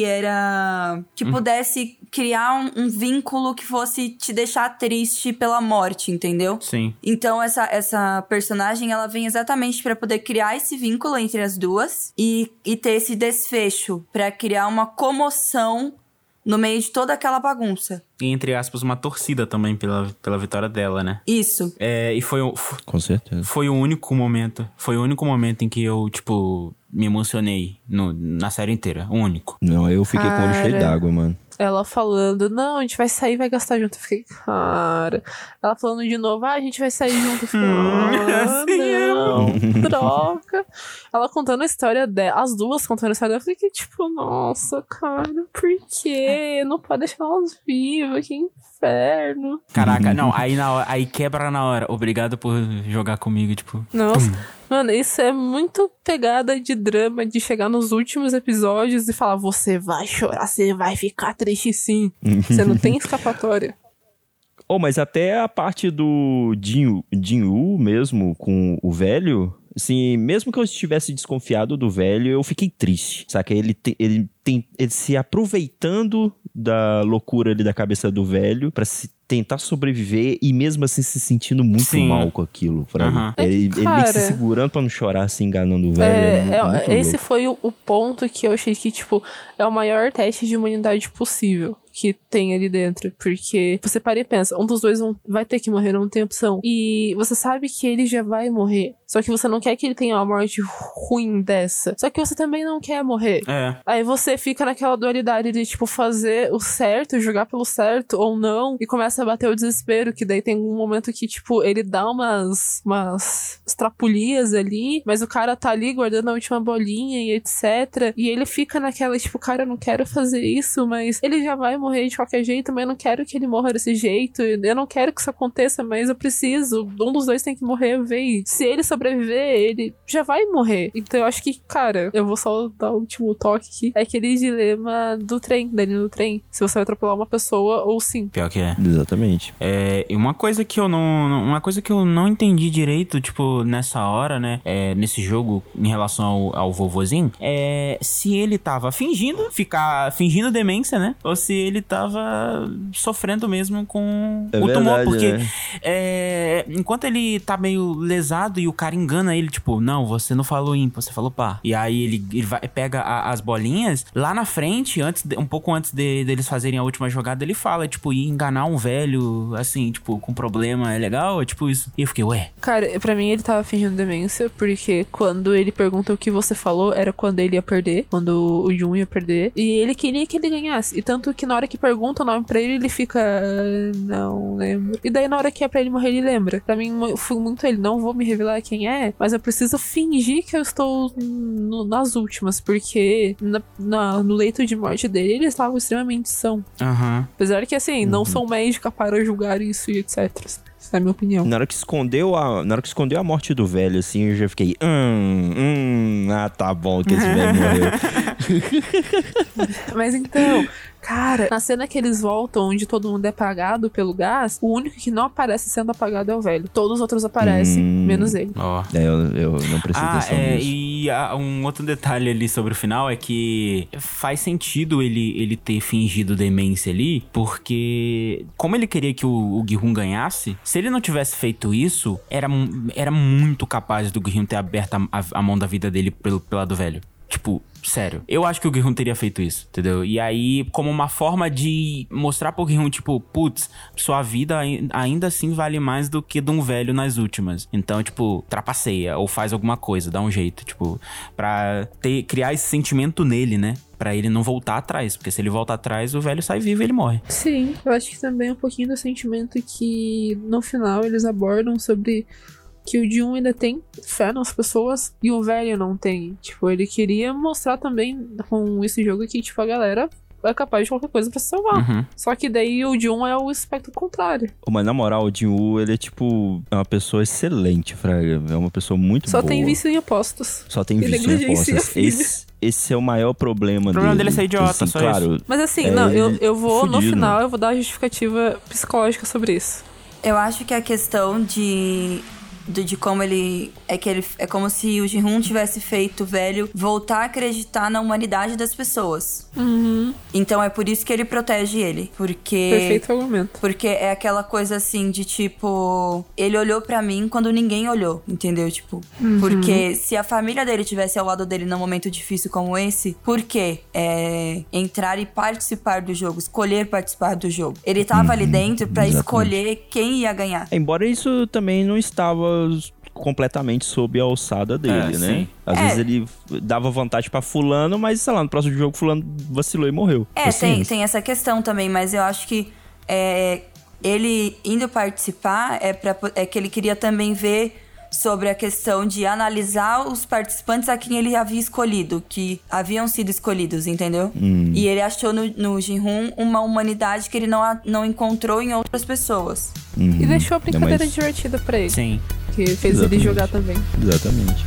pudesse criar um vínculo que fosse te deixar triste pela morte, entendeu? Sim. Então, essa personagem, ela vem exatamente pra poder criar esse vínculo entre as duas e ter esse desfecho, pra criar uma comoção no meio de toda aquela bagunça. E, entre aspas, uma torcida também pela vitória dela, né? Isso. E Com certeza. foi o único momento em que eu, me emocionei na série inteira. O único. Não, eu fiquei com o olho cheio Cara. d'água, mano. Ela falando, não, a gente vai sair e vai gastar junto. Eu fiquei, cara. Ela falando de novo, a gente vai sair junto. Eu fiquei, não, troca. Ela contando a história dela, as duas contando a história dela. Eu fiquei, nossa, cara, por quê? Não pode deixar elas vivas, que inferno. Caraca, não, aí quebra na hora. Obrigado por jogar comigo, Nossa, mano, isso é muito pegada de drama, de chegar nos últimos episódios e falar, você vai chorar, você vai ficar triste sim. Você não tem escapatória. Mas até a parte do Jin-woo mesmo, com o velho, assim, mesmo que eu estivesse desconfiado do velho, eu fiquei triste, saca? Ele se aproveitando da loucura ali da cabeça do velho pra tentar sobreviver e mesmo assim se sentindo muito mal com aquilo. Ele meio que se segurando pra não chorar, se enganando o velho. Esse foi o ponto que eu achei que, é o maior teste de humanidade possível. que tem ali dentro. Porque você para e pensa, um dos dois vai ter que morrer, não tem opção. E você sabe que ele já vai morrer. Só que você não quer que ele tenha uma morte ruim dessa. Só que você também não quer morrer. Aí você fica naquela dualidade de, tipo, fazer o certo, jogar pelo certo ou não. E começa a bater o desespero, que daí tem um momento que, tipo, ele dá umas estrapulias ali, mas o cara tá ali guardando a última bolinha e etc. E ele fica naquela, tipo, cara, eu não quero fazer isso, mas ele já vai morrer de qualquer jeito, mas eu não quero que ele morra desse jeito. Eu não quero que isso aconteça, mas eu preciso. Um dos dois tem que morrer, véi. Se ele sobreviver, ele já vai morrer. Então eu acho que, cara, eu vou só dar o último toque aqui. É aquele dilema do trem, da linha do trem. Se você vai atropelar uma pessoa ou sim. Pior que é. Exatamente. E uma coisa que eu não entendi direito, tipo, nessa hora, né, nesse jogo, em relação ao vovozinho, se ele tava fingindo demência, né, ou se ele tava sofrendo mesmo com o tumor, porque enquanto ele tá meio lesado e o cara engana ele, tipo, não, você não falou ímpar, você falou par. E aí ele pega as bolinhas, lá na frente, um pouco antes deles fazerem a última jogada, ele fala, tipo, ir enganar um velho, assim, tipo, com problema, é legal? É tipo isso. E eu fiquei, ué. Cara, pra mim ele tava fingindo demência, porque quando ele pergunta o que você falou, era quando ele ia perder, quando o Jun ia perder, e ele queria que ele ganhasse. E tanto que na hora que pergunta o nome pra ele, ele fica, não lembro. E daí na hora que é pra ele morrer, ele lembra. Pra mim, foi muito ele, não vou me revelar quem é, mas eu preciso fingir que eu estou nas últimas, porque no leito de morte dele, eles estavam extremamente são. Apesar que, assim, não sou médica para julgar isso e etc. Essa é a minha opinião. Na hora que escondeu a morte do velho, assim, eu já fiquei, tá bom que esse velho morreu. Mas então, cara, na cena que eles voltam, onde todo mundo é apagado pelo gás, o único que não aparece sendo apagado é o velho. Todos os outros aparecem, menos ele. Eu não prestei atenção nisso. E um outro detalhe ali sobre o final é que faz sentido ele ter fingido demência ali, porque como ele queria que o Gi-hun ganhasse, se ele não tivesse feito isso, era muito capaz do Gi-hun ter aberto a mão da vida dele pelo lado velho. Tipo, sério. Eu acho que o Gi-hun teria feito isso, entendeu? E aí, como uma forma de mostrar pro Gi-hun, tipo, putz, sua vida ainda assim vale mais do que de um velho nas últimas. Então, tipo, trapaceia ou faz alguma coisa, dá um jeito, tipo, pra criar esse sentimento nele, né? Pra ele não voltar atrás, porque se ele voltar atrás, o velho sai vivo e ele morre. Sim, eu acho que também é um pouquinho do sentimento que no final eles abordam sobre que o Jun ainda tem fé nas pessoas e o velho não tem. Tipo, ele queria mostrar também com esse jogo que, tipo, a galera é capaz de qualquer coisa pra se salvar. Só que daí o Jun é o espectro contrário. Mas na moral, o Jin-woo, ele é tipo, é uma pessoa excelente, fraga. É uma pessoa muito boa. Só tem vício em apostas. Só tem vício em apostas. Esse é o maior problema dele. O problema dele é ser idiota, assim, só claro, isso. Mas assim, não, eu vou, fudido, no final, eu vou dar a justificativa psicológica sobre isso. Eu acho que a questão de como ele... É como se o Ji-hoon tivesse feito o velho voltar a acreditar na humanidade das pessoas. Então é por isso que ele protege ele. Porque... Perfeito argumento. Porque é aquela coisa assim de tipo... Ele olhou pra mim quando ninguém olhou, entendeu? Tipo... Porque se a família dele tivesse ao lado dele num momento difícil como esse, por que entrar e participar do jogo? Escolher participar do jogo. Ele tava ali dentro pra escolher quem ia ganhar. Embora isso também não estava completamente sob a alçada dele, né? Sim. Às vezes ele dava vantagem pra fulano, mas, sei lá, no próximo jogo fulano vacilou e morreu. Tem essa questão também, mas eu acho que ele indo participar é que ele queria também ver sobre a questão de analisar os participantes a quem ele havia escolhido, que haviam sido escolhidos, entendeu? E ele achou no Ji-hoon uma humanidade que ele não encontrou em outras pessoas. E deixou a brincadeira divertida pra ele. Sim. Que fez ele jogar também. Exatamente.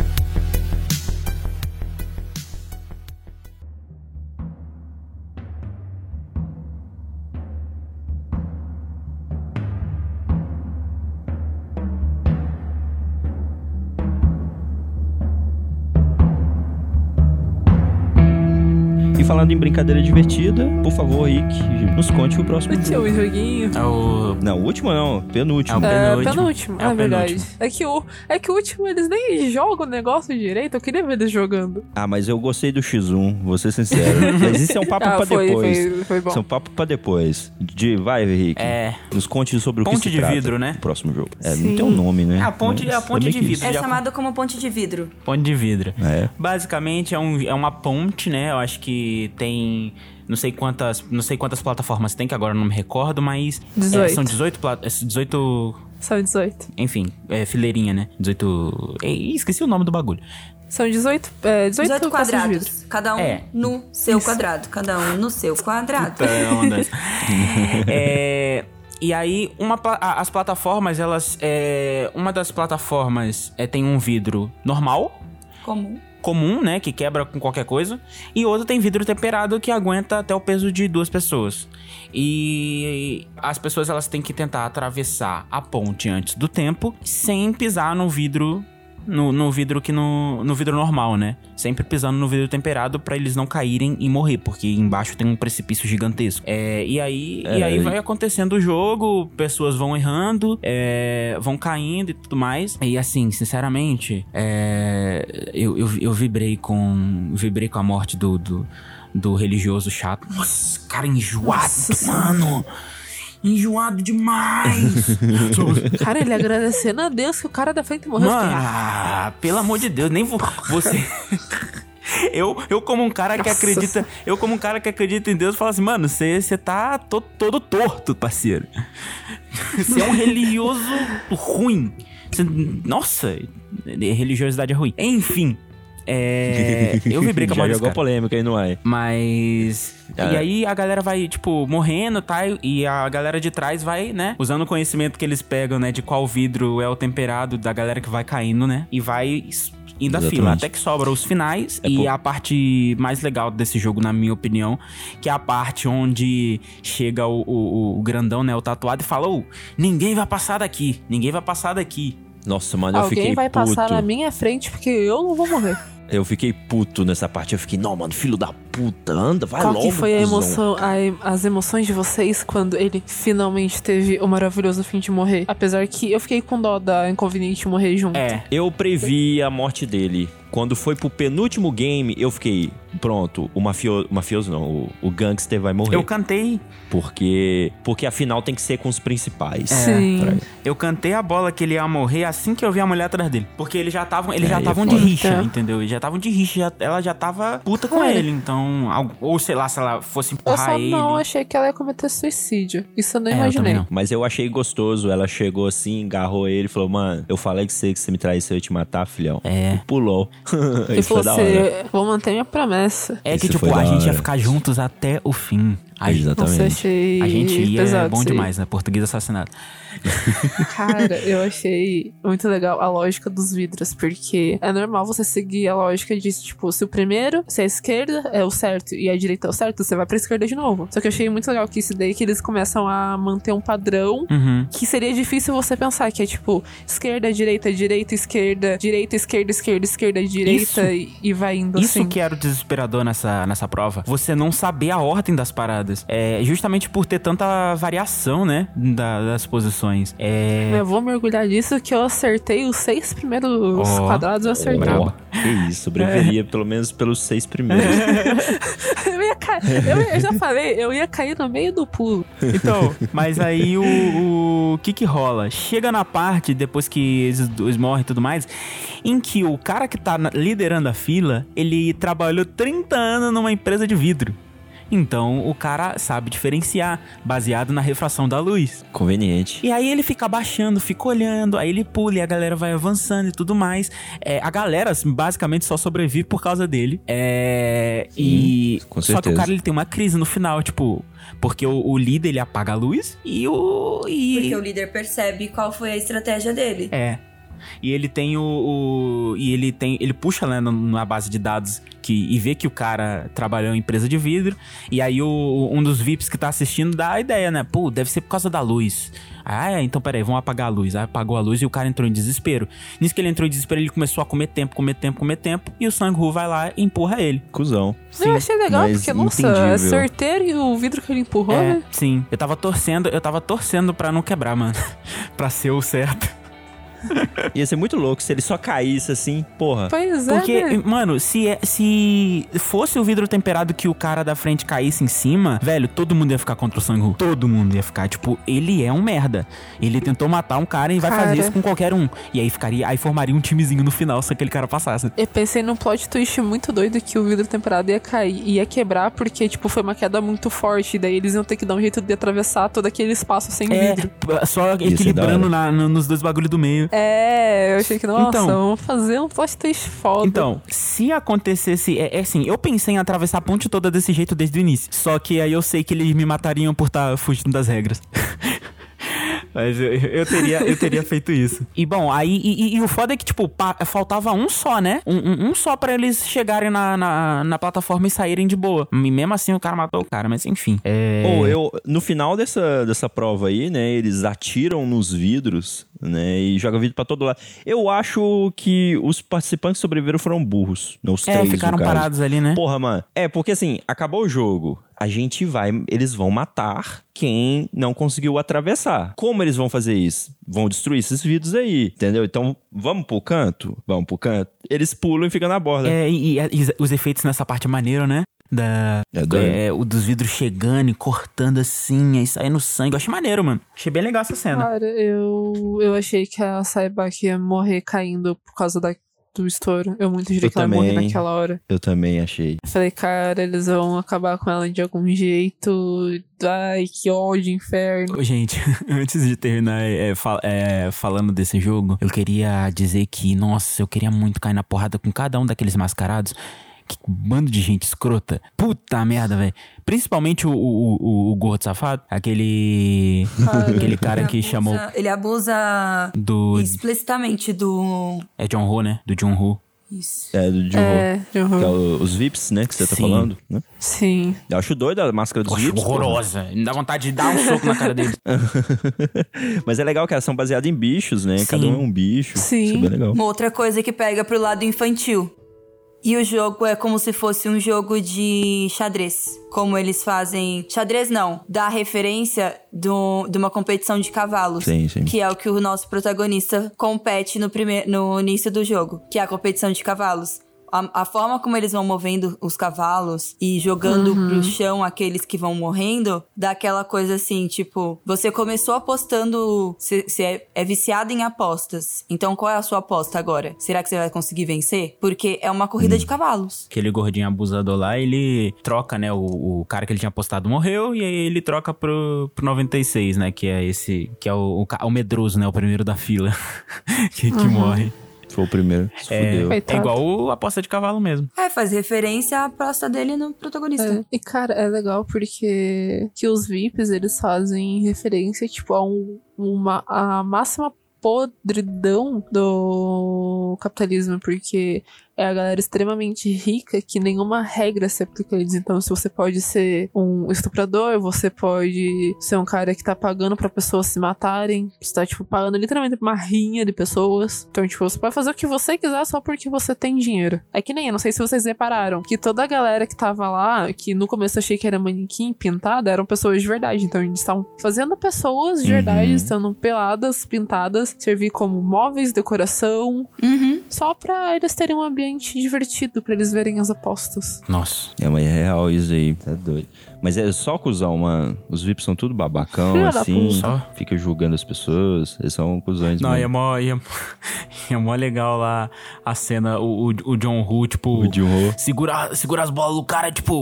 falando em brincadeira divertida, por favor, Rick, nos conte o próximo Não tinha jogo. um joguinho. É o... Não, o último não, penúltimo. Penúltimo. É o verdade. penúltimo. É que o último eles nem jogam o negócio direito. Eu queria ver eles jogando. Ah, mas eu gostei do X1, vou ser sincero. Mas isso é um papo pra depois. Foi bom. Isso é um papo pra depois. Vai, Rick. Nos conte sobre o que Ponte se de trata vidro, né? o próximo jogo. Não Sim. tem um nome, né? A ponte Mas de meio que vidro. isso. É Já- chamado como ponte de vidro. Ponte de vidro. É. Basicamente é uma ponte, né? Eu acho que tem... Não sei quantas plataformas tem, que agora eu não me recordo, mas... 18. São 18... São 18. Enfim, fileirinha, né? 18... Esqueci o nome do bagulho. São 18 18 peças de vidro. quadrados. Cada um no seu quadrado. Cada um no seu quadrado. E aí, as plataformas, elas... uma das plataformas tem um vidro normal, comum, né, que quebra com qualquer coisa, e outra tem vidro temperado que aguenta até o peso de 2 pessoas. E as pessoas, elas têm que tentar atravessar a ponte antes do tempo, sem pisar no vidro... No vidro normal, né? Sempre pisando no vidro temperado pra eles não caírem e morrer, porque embaixo tem um precipício gigantesco. E aí vai acontecendo o jogo, pessoas vão errando, vão caindo e tudo mais. E assim, sinceramente, eu vibrei com a morte do religioso chato. Nossa, cara enjoado, mano! Enjoado demais! Cara, ele agradecendo a Deus que o cara da frente morreu. Mano, pelo amor de Deus, nem você... Eu como um cara que acredita... Eu como um cara que acredita em Deus, falo assim, mano, você tá todo torto, parceiro. Você é um religioso ruim. Nossa, religiosidade é ruim. Enfim... eu vibrei com a morte Já desse jogou cara. polêmica aí no ar. Mas... E aí a galera vai, tipo, morrendo, tá? E a galera de trás vai, né? Usando o conhecimento que eles pegam, né? De qual vidro é o temperado da galera que vai caindo, né? E vai indo a fila. Até que sobra os finais. A parte mais legal desse jogo, na minha opinião, que é a parte onde chega o grandão, né? O tatuado e fala, ninguém vai passar daqui. Ninguém vai passar daqui. Nossa, mano, eu fiquei Alguém vai puto. passar na minha frente porque eu não vou morrer. Eu fiquei puto nessa parte. Eu fiquei, não, mano, filho da puta, anda, vai Qual logo. que foi a cuzão. emoção, as emoções de vocês quando ele finalmente teve o maravilhoso fim de morrer? Apesar que eu fiquei com dó da Inconveniente morrer junto. Eu previ a morte dele. Quando foi pro penúltimo game, eu fiquei, pronto, o mafioso não, o gangster vai morrer. Eu cantei. Porque a final tem que ser com os principais. Sim. Eu cantei a bola que ele ia morrer assim que eu vi a mulher atrás dele. Porque eles já estavam de foda. rixa, entendeu? Eles já estavam de rixa, ela já tava puta com ele. Então, ou sei lá, se ela fosse Eu empurrar só ele. não achei que ela ia cometer suicídio. Isso eu não Eu imaginei. também não. Mas eu achei gostoso. Ela chegou assim, agarrou ele e falou, mano, eu falei que você me traiu, eu ia te matar, filhão. E pulou. E Isso foi da hora. vou manter minha promessa. É que, Isso tipo, foi da a gente ia hora. ficar juntos até o fim. Exatamente. Nossa, achei A gente ia pesado bom isso aí. demais, né? Português assassinado. Cara, eu achei muito legal a lógica dos vidros, porque é normal você seguir a lógica de, tipo, se o primeiro, se a esquerda é o certo e a direita é o certo, você vai pra esquerda de novo. Só que eu achei muito legal que isso daí que eles começam a manter um padrão que seria difícil você pensar, que é tipo, esquerda, direita, esquerda, direita, esquerda, direita e vai indo Isso assim. que era o desesperador nessa prova. Você não saber a ordem das paradas. Justamente por ter tanta variação, né? Das posições. Eu vou mergulhar nisso que eu acertei os 6 primeiros quadrados, eu acertei. Brabo. Que isso, sobreviveria pelo menos pelos 6 primeiros. Eu já falei, eu ia cair no meio do pulo. Então, mas aí o que rola? Chega na parte, depois que esses dois morrem e tudo mais, em que o cara que tá liderando a fila, ele trabalhou 30 anos numa empresa de vidro. Então, o cara sabe diferenciar, baseado na refração da luz. Conveniente. E aí ele fica abaixando, fica olhando, aí ele pula e a galera vai avançando e tudo mais. A galera, basicamente, só sobrevive por causa dele. Com Só que certeza. o cara, ele tem uma crise no final, tipo... Porque o líder, ele apaga a luz Porque o líder percebe qual foi a estratégia dele. E ele tem ele puxa, né, na base de dados e vê que o cara trabalhou em empresa de vidro. E aí um dos VIPs que tá assistindo dá a ideia, né? Pô, deve ser por causa da luz. Então peraí, vamos apagar a luz. Aí apagou a luz e o cara entrou em desespero. Nisso que ele entrou em desespero, ele começou a comer tempo. E o Sang-Woo vai lá e empurra ele. Cusão. Eu achei legal, mas porque, nossa, entendível. é certeiro e o vidro que ele empurrou, né? Sim. Eu tava torcendo pra não quebrar, mano. Pra ser o certo. Ia ser muito louco se ele só caísse assim, porra. Pois é, Porque, né? mano, se fosse o vidro temperado que o cara da frente caísse em cima, velho, todo mundo ia ficar contra o Sang-Woo. Todo mundo ia ficar, tipo, ele é um merda. Ele tentou matar um cara e vai fazer isso com qualquer um. E aí formaria um timezinho no final se aquele cara passasse. Eu pensei num plot twist muito doido que o vidro temperado ia cair, ia quebrar, porque, tipo, foi uma queda muito forte. Daí eles iam ter que dar um jeito de atravessar todo aquele espaço sem vidro. Só equilibrando nos dois bagulhos do meio. Eu achei que, nossa, Então, vamos fazer um plot twist foda. Então, se acontecesse... assim, eu pensei em atravessar a ponte toda desse jeito desde o início. Só que aí eu sei que eles me matariam por estar fugindo das regras. Mas eu teria feito isso. E bom, aí... E o foda é que, tipo, faltava um só, né? Um só pra eles chegarem na plataforma e saírem de boa. E mesmo assim o cara matou o cara, mas enfim. No final dessa prova aí, né, eles atiram nos vidros, né, e jogam vidro pra todo lado. Eu acho que os participantes que sobreviveram foram burros, né, os três, ficaram no caso. parados ali, né? Porra, mano. Porque assim, acabou o jogo. Eles vão matar quem não conseguiu atravessar. Como eles vão fazer isso? Vão destruir esses vidros aí, entendeu? Então, vamos pro canto? Vamos pro canto. Eles pulam e ficam na borda. E os efeitos nessa parte é maneiro, né? O dos vidros chegando e cortando assim, aí saindo sangue. Eu achei maneiro, mano. Achei bem legal essa cena. Cara, eu achei que a Saibaki ia morrer caindo por causa do estouro. Eu muito jurei que ela ia morrer naquela hora. Eu também achei. Falei, cara, eles vão acabar com ela de algum jeito. Ai, que ódio, inferno. Gente, antes de terminar falando desse jogo, eu queria dizer que, nossa, eu queria muito cair na porrada com cada um daqueles mascarados. Que bando de gente escrota. Puta merda, velho. Principalmente o gordo safado. Aquele cara que chamou... Ele abusa explicitamente do... É John Ho, né? Do John Ho. Isso. Do John Ho. John Ho. Que é os VIPs, né? Que você tá falando, né? Sim. Eu acho doido a máscara dos VIPs. Horrorosa. Me dá vontade de dar um soco na cara deles. Mas é legal que elas são baseadas em bichos, né? Sim. Cada um é um bicho. Sim. Isso é bem legal. Uma outra coisa que pega pro lado infantil. E o jogo é como se fosse um jogo de xadrez. Como eles fazem... Xadrez não. Dá referência de uma competição de cavalos. Sim, sim. Que é o que o nosso protagonista compete no início do jogo. Que é a competição de cavalos. A forma como eles vão movendo os cavalos e jogando pro chão aqueles que vão morrendo, dá aquela coisa assim, tipo... Você começou apostando... Você é viciado em apostas. Então qual é a sua aposta agora? Será que você vai conseguir vencer? Porque é uma corrida de cavalos. Aquele gordinho abusador lá, ele troca, né? O cara que ele tinha apostado morreu e aí ele troca pro 96, né? Que é esse... Que é o medroso, né? O primeiro da fila que morre. Foi o primeiro. Se fudeu. É igual a aposta de cavalo mesmo. Faz referência à aposta dele no protagonista. E, cara, é legal porque que os VIPs, eles fazem referência, tipo, a máxima podridão do capitalismo, porque é a galera extremamente rica que nenhuma regra se aplica a eles. Então, se você pode ser um estuprador, você pode ser um cara que tá pagando pra pessoas se matarem, você tá, tipo, pagando literalmente uma rinha de pessoas. Então, tipo, você pode fazer o que você quiser só porque você tem dinheiro. É que nem, eu não sei se vocês repararam, que toda a galera que tava lá, que no começo eu achei que era manequim pintada, eram pessoas de verdade. Então, eles estavam fazendo pessoas de verdade, estando peladas, pintadas, servir como móveis, decoração, só pra eles terem um ambiente divertido, pra eles verem as apostas. Nossa. Mas é real isso aí, tá doido. Mas é só cuzão, mano. Os VIPs são tudo babacão, Filha assim. da puta. Fica julgando as pessoas. Eles são cuzões. Não, mesmo. é mó legal lá a cena, o John Ho, tipo... O John Ho. Segura as bolas do cara, tipo...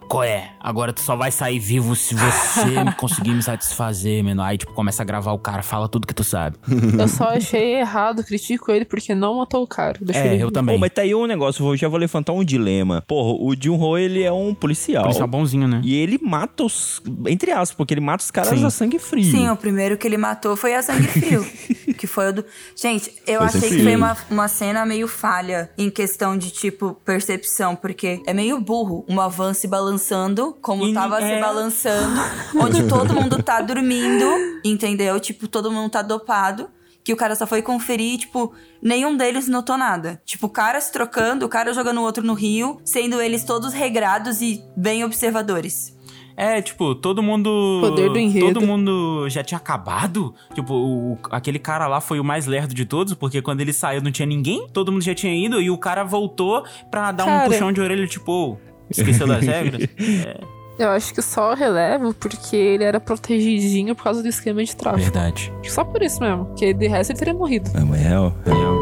qual é? Agora tu só vai sair vivo se você conseguir me satisfazer, menor. Aí, tipo, começa a gravar o cara, fala tudo que tu sabe. Eu só achei errado, critico ele porque não matou o cara. Eu também. Pô, mas tá aí um negócio, eu já vou levantar um dilema. Porra, o Jun-Ho, ele é um policial. Policial bonzinho, né? E ele mata os... Entre aspas, porque ele mata os caras a sangue frio. Sim, o primeiro que ele matou foi a sangue frio. Que foi o do... Gente, eu achei que foi uma cena meio falha em questão de, tipo, percepção. Porque é meio burro uma van se balançando como tava se balançando. Onde todo mundo tá dormindo, entendeu? Tipo, todo mundo tá dopado. Que o cara só foi conferir, tipo, nenhum deles notou nada. Tipo, o cara se trocando, o cara jogando o outro no rio, sendo eles todos regrados e bem observadores. Tipo, todo mundo... Poder do enredo. Todo mundo já tinha acabado. Tipo, aquele cara lá foi o mais lerdo de todos, porque quando ele saiu não tinha ninguém, todo mundo já tinha ido, e o cara voltou pra dar um puxão de orelha, tipo, esqueceu das regras. Eu acho que só relevo porque ele era protegidinho por causa do esquema de tráfico. Verdade. Só por isso mesmo, porque de resto ele teria morrido. É real.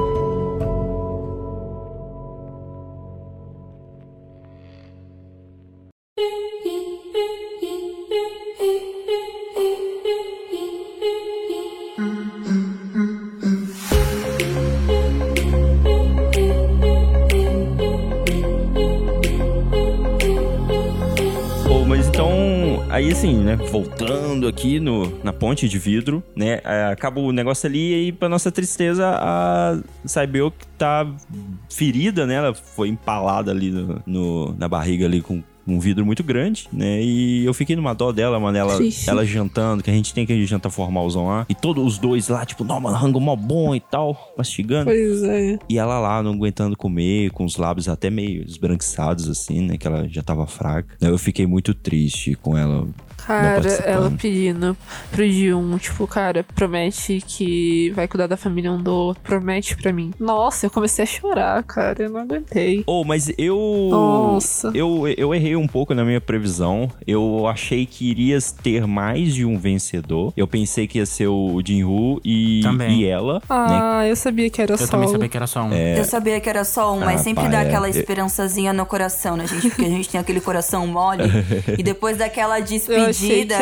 Aí assim, né, voltando aqui na ponte de vidro, né, acaba o negócio ali e aí, pra nossa tristeza, a Sae-byo tá ferida, né, ela foi empalada ali na barriga ali com um vidro muito grande, né? E eu fiquei numa dó dela, mano. Ela jantando, que a gente tem aquele jantar formalzão lá. E todos os dois lá, tipo, não, mano, rango mó bom e tal, mastigando. Pois é. E ela lá, não aguentando comer, com os lábios até meio esbranquiçados, assim, né? Que ela já tava fraca. Eu fiquei muito triste com ela. Cara, ela pedindo pro Ji-un, tipo, cara, promete que vai cuidar da família Ondo, promete pra mim. Nossa, eu comecei a chorar, cara, eu não aguentei. Mas eu... Nossa. Eu errei um pouco na minha previsão. Eu achei que iria ter mais de um vencedor. Eu pensei que ia ser o Jin-woo e ela. Eu sabia que era só um. Eu também sabia que era só um. Eu sabia que era só um, mas sempre dá aquela esperançazinha no coração, né, gente? Porque a gente tem aquele coração mole. E depois daquela despedida,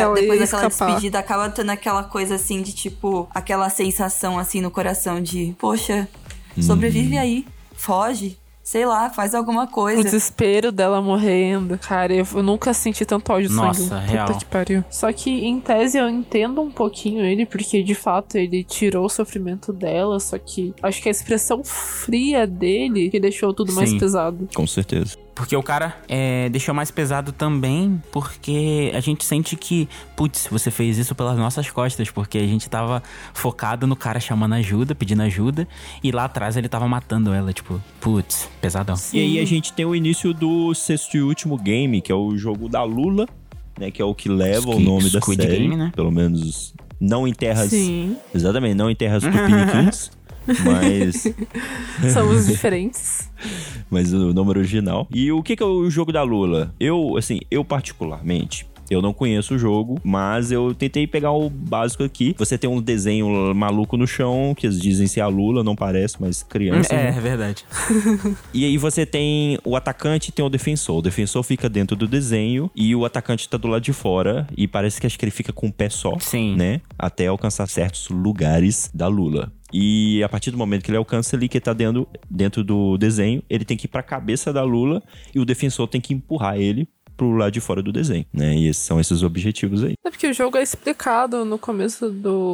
acaba tendo aquela coisa assim de tipo, aquela sensação assim no coração de, poxa, sobrevive aí, foge, sei lá, faz alguma coisa. O desespero dela morrendo, cara, eu nunca senti tanto ódio de sangue. Nossa, real. Puta que pariu. Só que, em tese, eu entendo um pouquinho ele, porque, de fato, ele tirou o sofrimento dela, só que acho que a expressão fria dele que deixou tudo mais pesado. Com certeza. Porque o cara deixou mais pesado também, porque a gente sente que, putz, você fez isso pelas nossas costas, porque a gente tava focado no cara chamando ajuda, pedindo ajuda, e lá atrás ele tava matando ela, tipo, putz, pesadão. Sim. E aí a gente tem o início do sexto e último game, que é o jogo da Lula, né, que é o que leva o nome da série, Game, né? Pelo menos não em terras... Sim. Exatamente, não em terras tupiniquins. Mas... Somos diferentes. Mas o nome original. E o que é o jogo da Lula? Eu particularmente... Eu não conheço o jogo, mas eu tentei pegar o básico aqui. Você tem um desenho maluco no chão, que eles dizem ser a Lula, não parece, mas criança. É né? verdade. E aí você tem o atacante e tem o defensor. O defensor fica dentro do desenho e o atacante tá do lado de fora. E parece que acho que ele fica com um pé só, né? Até alcançar certos lugares da Lula. E a partir do momento que ele alcança ali, que ele tá dentro do desenho, ele tem que ir pra cabeça da Lula e o defensor tem que empurrar ele pro lado de fora do desenho, né? E são esses objetivos aí. É porque o jogo é explicado no começo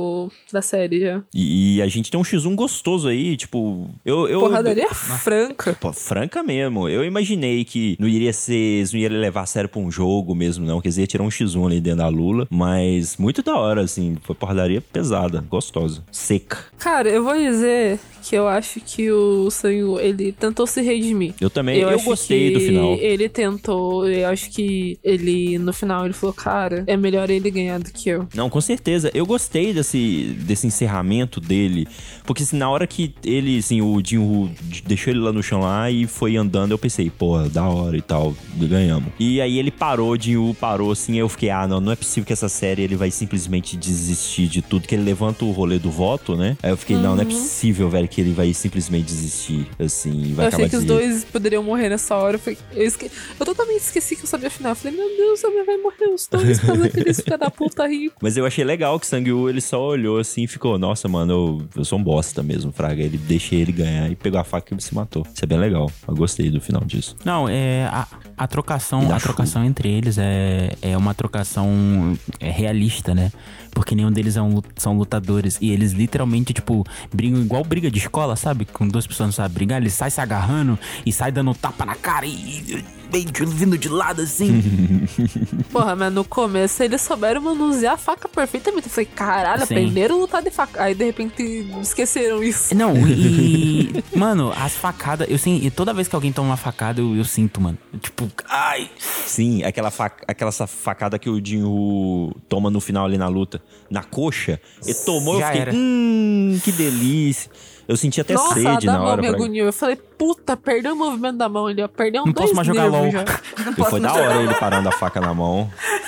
da série já. E a gente tem um X1 gostoso aí, tipo... Porradaria franca. Pô, franca mesmo. Eu imaginei que não iria levar a sério pra um jogo mesmo, não. Quer dizer, ia tirar um X1 ali dentro da Lula. Mas muito da hora, assim. Foi porradaria pesada, gostosa, seca. Cara, eu vou dizer que eu acho que o Sanyu, ele tentou se redimir. Eu também, eu gostei do final. Ele tentou, eu acho que ele, no final, ele falou, cara, é melhor ele ganhar do que eu. Não, com certeza. Eu gostei desse encerramento dele, porque assim, na hora que ele, assim, o Jin-woo deixou ele lá no chão lá e foi andando, eu pensei, pô, da hora e tal, ganhamos. E aí ele parou, o Jin-woo parou, assim, eu fiquei, não é possível que essa série ele vai simplesmente desistir de tudo, que ele levanta o rolê do voto, né? Aí eu fiquei, não é possível, velho, que ele vai simplesmente desistir, assim, e vai Eu acabar achei que os de... dois poderiam morrer nessa hora. Eu totalmente esqueci que eu sabia a final. Eu falei, meu Deus, a minha vai morrer os dois, mas aqueles filha da puta rico. Mas eu achei legal que Sang-woo, ele só olhou assim e ficou, nossa, mano, eu sou um bosta mesmo, fraga. Ele deixei ele ganhar e pegou a faca e se matou. Isso é bem legal. Eu gostei do final disso. Não, a trocação entre eles é uma trocação realista, né? Porque nenhum deles são lutadores. E eles literalmente, tipo, brigam igual briga de escola, sabe? Com duas pessoas não sabem brigar. Eles saem se agarrando e saem dando tapa na cara e vindo de lado, assim. Porra, mas no começo eles souberam manusear a faca perfeitamente. Eu falei, caralho, Sim. aprenderam a lutar de faca. Aí, de repente, esqueceram isso. Não, e... mano, as facadas... E toda vez que alguém toma uma facada, eu sinto, mano. Tipo, ai... Sim, aquela facada que o Jin-Woo toma no final ali na luta, na coxa, ele tomou, Já eu fiquei, era. que delícia. Eu senti até Nossa, sede da na mão hora. me agoniou. Eu falei, puta, perdeu o movimento da mão ali, ó. Perdeu Não dois posso mais jogar nervos LOL. já. E foi da hora ele parando a faca na mão.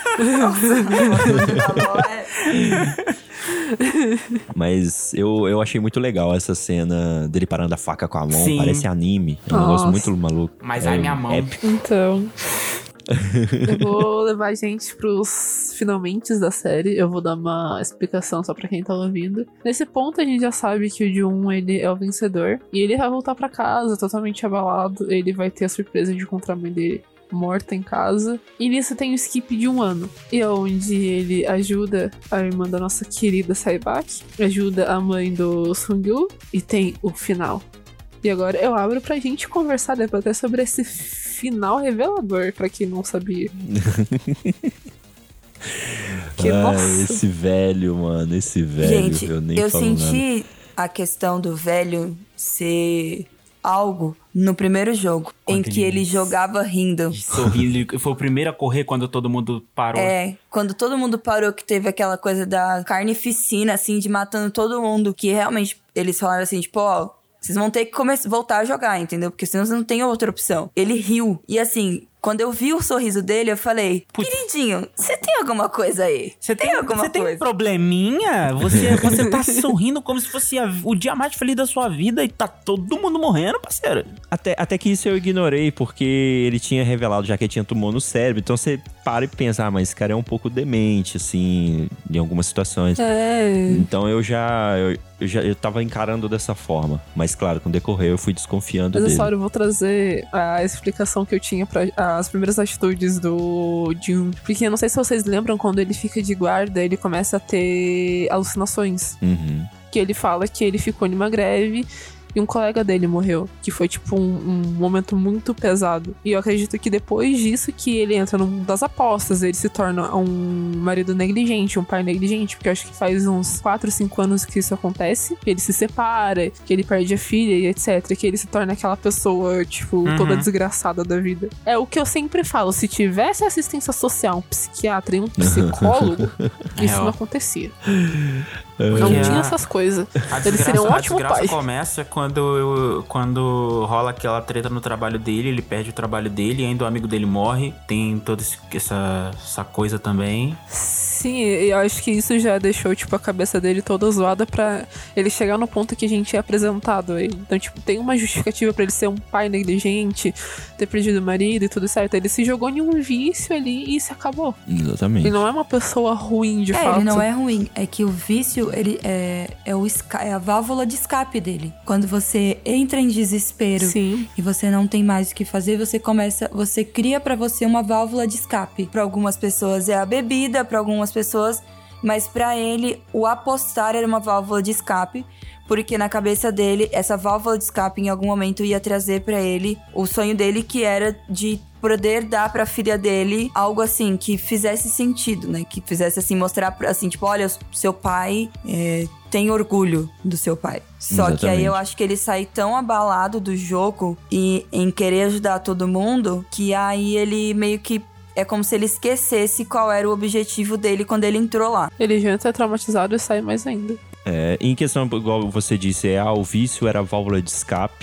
Mas eu achei muito legal essa cena dele parando a faca com a mão. Sim. Parece anime. É um negócio muito maluco. Mas ai, minha mão. Épico. Então, eu vou levar a gente pros finalmente da série. Eu vou dar uma explicação só pra quem tá ouvindo. Nesse ponto, a gente já sabe que o Jun, ele é o vencedor. E ele vai voltar pra casa totalmente abalado. Ele vai ter a surpresa de encontrar a mãe dele morta em casa. E nisso tem um skip de 1 ano. E é onde ele ajuda a irmã da nossa querida Saibaki, ajuda a mãe do Sung-woo, e tem o final. E agora eu abro pra gente conversar, debater sobre esse final revelador, pra quem não sabia. Nossa. Esse velho, mano, esse velho. Gente, nem eu falo senti nada. a questão do velho ser algo no primeiro jogo, Quando em que ele jogava rindo. Sorrindo, foi o primeiro a correr quando todo mundo parou. É, quando todo mundo parou, que teve aquela coisa da carnificina, assim, de matando todo mundo, que realmente eles falaram assim, tipo, ó, vocês vão ter que voltar a jogar, entendeu? Porque senão vocês não tem outra opção. Ele riu. E assim, quando eu vi o sorriso dele, eu falei, queridinho, você tem alguma coisa aí? Você tem alguma tem um coisa? probleminha? Você tá sorrindo como se fosse o dia mais feliz da sua vida e tá todo mundo morrendo, parceiro. Até que isso eu ignorei, porque ele tinha revelado já que ele tinha tumor no cérebro. Então você para e pensa, mas esse cara é um pouco demente, assim, em algumas situações. Então eu tava encarando dessa forma. Mas claro, com o decorrer eu fui desconfiando Mas dele. só eu vou trazer a explicação que eu tinha para as primeiras atitudes do Jun. Porque eu não sei se vocês lembram, quando ele fica de guarda, ele começa a ter alucinações. Uhum. Que ele fala que ele ficou numa greve e um colega dele morreu. Que foi, tipo, um momento muito pesado. E eu acredito que depois disso que ele entra no mundo das apostas, ele se torna um marido negligente, um pai negligente. Porque eu acho que faz uns 4, 5 anos que isso acontece. Que ele se separa, que ele perde a filha e etc. Que ele se torna aquela pessoa, tipo, toda desgraçada da vida. É o que eu sempre falo. Se tivesse assistência social, um psiquiatra e um psicólogo, isso não acontecia. Não tinha essas coisas. Ele seria um ótimo pai. A desgraça começa quando rola aquela treta no trabalho dele, ele perde o trabalho dele e ainda o amigo dele morre. Tem toda essa coisa também. Sim, eu acho que isso já deixou, tipo, a cabeça dele toda zoada pra ele chegar no ponto que a gente é apresentado a ele. Então, tipo, tem uma justificativa pra ele ser um pai negligente, ter perdido o marido e tudo certo. Ele se jogou em um vício ali e se acabou. Exatamente. Ele não é uma pessoa ruim, de fato. Ele não é ruim. É que o vício, ele é a válvula de escape dele. Quando você entra em desespero Sim. e você não tem mais o que fazer, você cria pra você uma válvula de escape. Pra algumas pessoas é a bebida, pra algumas pessoas, mas pra ele o apostar era uma válvula de escape, porque na cabeça dele essa válvula de escape em algum momento ia trazer pra ele o sonho dele, que era de poder dar pra filha dele algo assim que fizesse sentido, né? Que fizesse assim, mostrar assim, tipo, olha, seu pai tem orgulho do seu pai. Só que aí eu acho que ele sai tão abalado do jogo e em querer ajudar todo mundo, que aí ele meio que é como se ele esquecesse qual era o objetivo dele quando ele entrou lá. Ele já entra traumatizado e sai mais ainda. Em questão, igual você disse, o vício era a válvula de escape.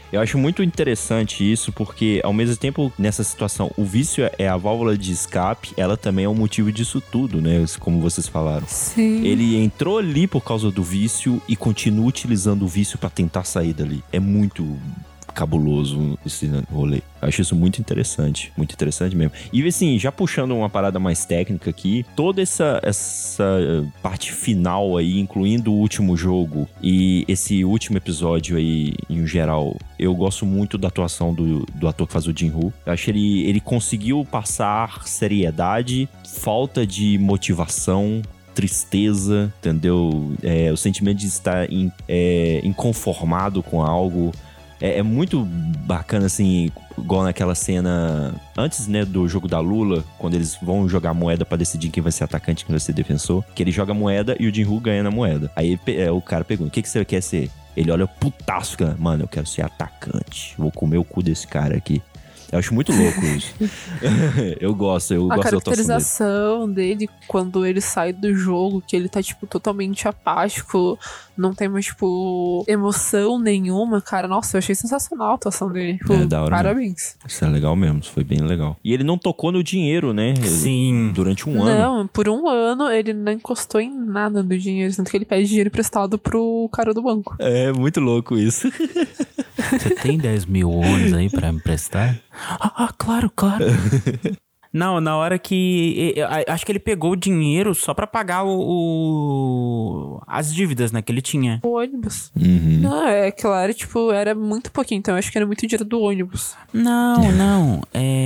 Eu acho muito interessante isso, porque ao mesmo tempo, nessa situação, o vício é a válvula de escape, ela também é o motivo disso tudo, né? Como vocês falaram. Sim. Ele entrou ali por causa do vício e continua utilizando o vício pra tentar sair dali. É muito cabuloso esse rolê. Eu acho isso muito interessante mesmo. E assim, já puxando uma parada mais técnica aqui, toda essa parte final aí, incluindo o último jogo e esse último episódio aí, em geral, eu gosto muito da atuação do ator que faz o Jin-Woo. Eu acho que ele conseguiu passar seriedade, falta de motivação, tristeza, entendeu? O sentimento de estar inconformado com algo. É muito bacana, assim, igual naquela cena antes, né, do jogo da Lula, quando eles vão jogar moeda pra decidir quem vai ser atacante e quem vai ser defensor, que ele joga moeda e o Jin-Woo ganha na moeda. Aí o cara pergunta, o que você quer ser? Ele olha putaço, fica, mano, eu quero ser atacante, vou comer o cu desse cara aqui. Eu acho muito louco isso. eu gosto da atuação dele. A caracterização dele, quando ele sai do jogo, que ele tá, tipo, totalmente apático, não tem mais, tipo, emoção nenhuma, cara. Nossa, eu achei sensacional a atuação dele. Tipo, da hora parabéns. Mesmo. Isso é legal mesmo, isso foi bem legal. E ele não tocou no dinheiro, né? Sim. Durante um ano. Não, por um ano ele não encostou em nada do dinheiro, tanto que ele pede dinheiro emprestado pro cara do banco. É, muito louco isso. Você tem 10 mil wons aí pra emprestar? Claro. Não, na hora que... Acho que ele pegou o dinheiro só pra pagar as dívidas, né, que ele tinha. O ônibus. Uhum. Não, é claro, tipo, era muito pouquinho, então eu acho que era muito dinheiro do ônibus. Não.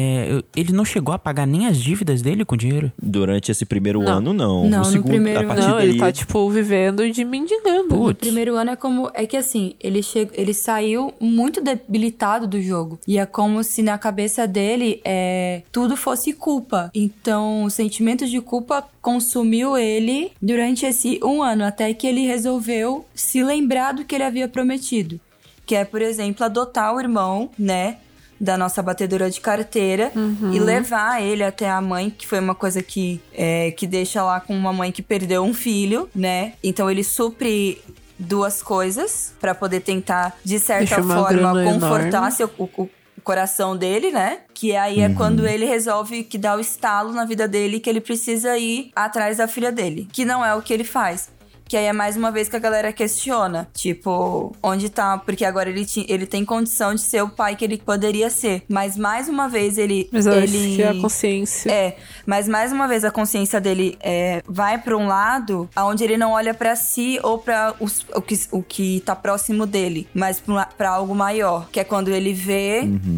Ele não chegou a pagar nem as dívidas dele com dinheiro? Durante esse primeiro ano, não. Não, no segundo, primeiro a partir Não, daí... ele tá, tipo, vivendo de mendigando. No primeiro ano é que assim, ele saiu muito debilitado do jogo. E é como se na cabeça dele tudo fosse culpa. Então, o sentimento de culpa consumiu ele durante esse um ano, até que ele resolveu se lembrar do que ele havia prometido. Que é, por exemplo, adotar o irmão, né, da nossa batedora de carteira e levar ele até a mãe, que foi uma coisa que deixa lá com uma mãe que perdeu um filho, né? Então ele supre duas coisas pra poder tentar, de certa forma, confortar o coração dele, né? Que aí é quando ele resolve que dá o estalo na vida dele, que ele precisa ir atrás da filha dele. Que não é o que ele faz. Que aí é mais uma vez que a galera questiona. Tipo, onde tá? Porque agora ele tem condição de ser o pai que ele poderia ser. Mas mais uma vez Mas eu acho que é a consciência. Mas mais uma vez a consciência dele vai pra um lado onde ele não olha pra si ou pra o que tá próximo dele. Mas pra algo maior. Que é quando ele vê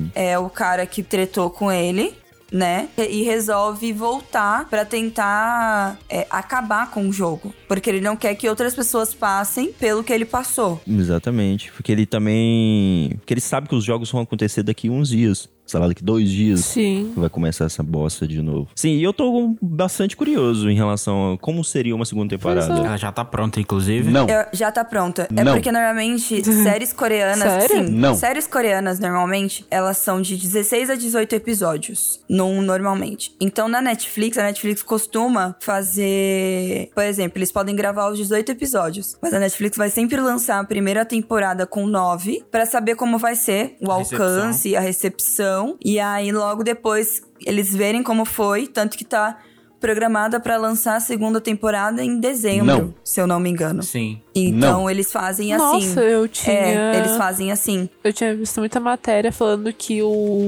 o cara que tretou com ele, né? E resolve voltar pra tentar acabar com o jogo. Porque ele não quer que outras pessoas passem pelo que ele passou. Exatamente. Porque ele sabe que os jogos vão acontecer daqui uns dias. Sei lá, daqui 2 dias. Sim. Vai começar essa bosta de novo. Sim, e eu tô bastante curioso em relação a como seria uma segunda temporada. Ela já tá pronta, inclusive. Não. Já tá pronta. Não. É porque normalmente séries coreanas... Sério? Sim, Não. séries coreanas, normalmente, elas são de 16 a 18 episódios. Normalmente. Então, a Netflix costuma fazer... Por exemplo, eles podem gravar os 18 episódios. Mas a Netflix vai sempre lançar a primeira temporada com 9 pra saber como vai ser o alcance, a recepção. E aí, logo depois, eles verem como foi. Tanto que tá programada pra lançar a segunda temporada em dezembro, se eu não me engano. Sim. Então, eles fazem assim. Nossa, eu tinha... eles fazem assim. Eu tinha visto muita matéria falando que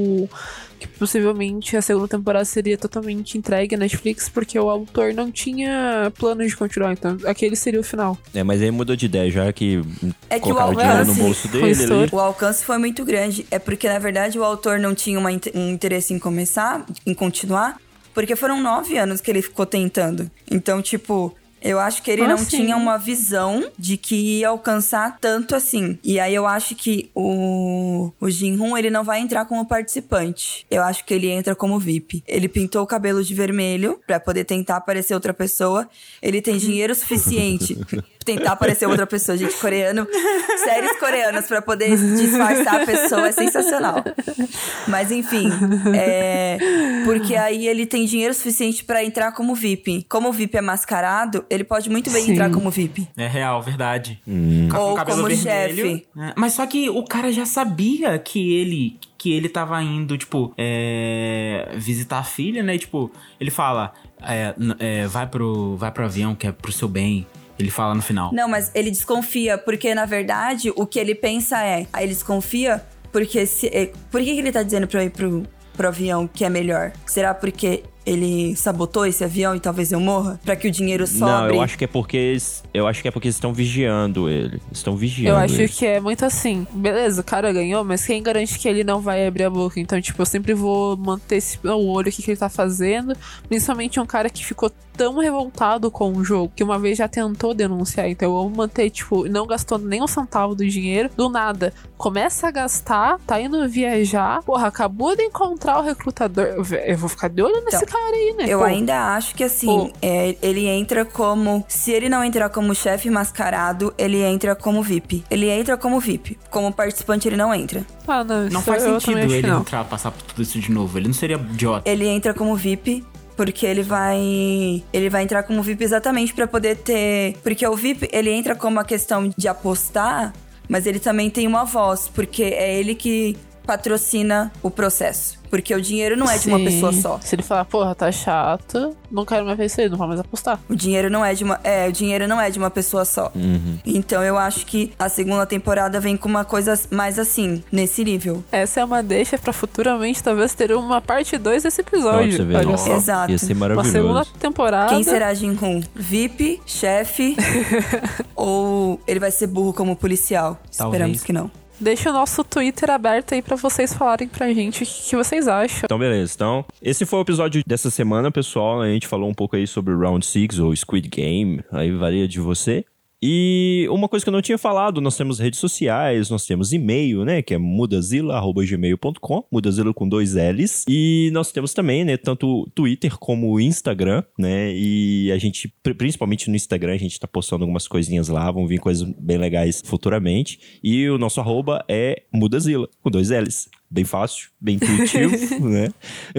que possivelmente a segunda temporada seria totalmente entregue à Netflix porque o autor não tinha plano de continuar, então aquele seria o final. Mas aí mudou de ideia, já que É que o colocaram dinheiro no alcance bolso dele ali. O alcance foi muito grande. É porque, na verdade, o autor não tinha um interesse em continuar, porque foram 9 anos que ele ficou tentando. Então, tipo... Eu acho que ele não tinha uma visão de que ia alcançar tanto assim. E aí eu acho que o Jin-Hoon, ele não vai entrar como participante. Eu acho que ele entra como VIP. Ele pintou o cabelo de vermelho pra poder tentar parecer outra pessoa. Ele tem dinheiro suficiente. tentar parecer outra pessoa. Gente, coreano, séries coreanas pra poder disfarçar a pessoa é sensacional. Mas enfim, porque aí ele tem dinheiro suficiente pra entrar como VIP. Como o VIP é mascarado, ele pode muito bem entrar como VIP. É real, verdade. Ou como chefe. Mas só que o cara já sabia que ele tava indo, tipo, visitar a filha, né? E, tipo, ele fala, vai pro avião, que é pro seu bem. Ele fala no final. Não, mas ele desconfia, porque na verdade o que ele pensa aí ele desconfia porque por que ele tá dizendo pra eu ir pro avião que é melhor? Será porque ele sabotou esse avião e talvez eu morra? Pra que o dinheiro sobre? Não, eu acho que é porque eles estão vigiando ele. Estão vigiando Eu acho ele. que é muito assim. Beleza, o cara ganhou, mas quem garante que ele não vai abrir a boca? Então, tipo, eu sempre vou manter o olho aqui que ele tá fazendo. Principalmente um cara que ficou tão revoltado com o jogo que uma vez já tentou denunciar. Então, eu vou manter, tipo, não gastou nem um centavo do dinheiro. Do nada, começa a gastar, tá indo viajar. Porra, acabou de encontrar o recrutador. Eu vou ficar de olho nesse cara aí, né? Eu ainda acho que assim, ele entra como... Se ele não entrar como chefe mascarado, ele entra como VIP. Ele entra como VIP. Como participante, ele não entra. Ah, não faz sentido ele entrar, passar por tudo isso de novo. Ele não seria idiota. Ele entra como VIP... Porque ele vai entrar como VIP exatamente pra poder ter... Porque o VIP, ele entra como a questão de apostar, mas ele também tem uma voz, porque é ele que patrocina o processo. Porque o dinheiro não é de uma pessoa só. Se ele falar, porra, tá chato, não quero mais ver isso aí, não vou mais apostar. O dinheiro não é de uma pessoa só. Então eu acho que a segunda temporada vem com uma coisa mais assim, nesse nível. Essa é uma deixa pra futuramente talvez ter uma parte 2 desse episódio. Olha só. Exato. Ia ser maravilhoso. Uma segunda temporada. Quem será Jin-Hoon? VIP? Chefe? Ou ele vai ser burro como policial? Talvez. Esperamos que não. Deixa o nosso Twitter aberto aí pra vocês falarem pra gente o que vocês acham. Então, beleza. Então, esse foi o episódio dessa semana, pessoal. A gente falou um pouco aí sobre Round 6 ou Squid Game. Aí varia de você. E uma coisa que eu não tinha falado, nós temos redes sociais, nós temos e-mail, né, que é mudazilla@gmail.com, mudazilla com 2 L's. E nós temos também, né, tanto Twitter como Instagram, né, e a gente, principalmente no Instagram, a gente tá postando algumas coisinhas lá, vão vir coisas bem legais futuramente. E o nosso arroba é mudazilla, com 2 L's. Bem fácil, bem intuitivo, né?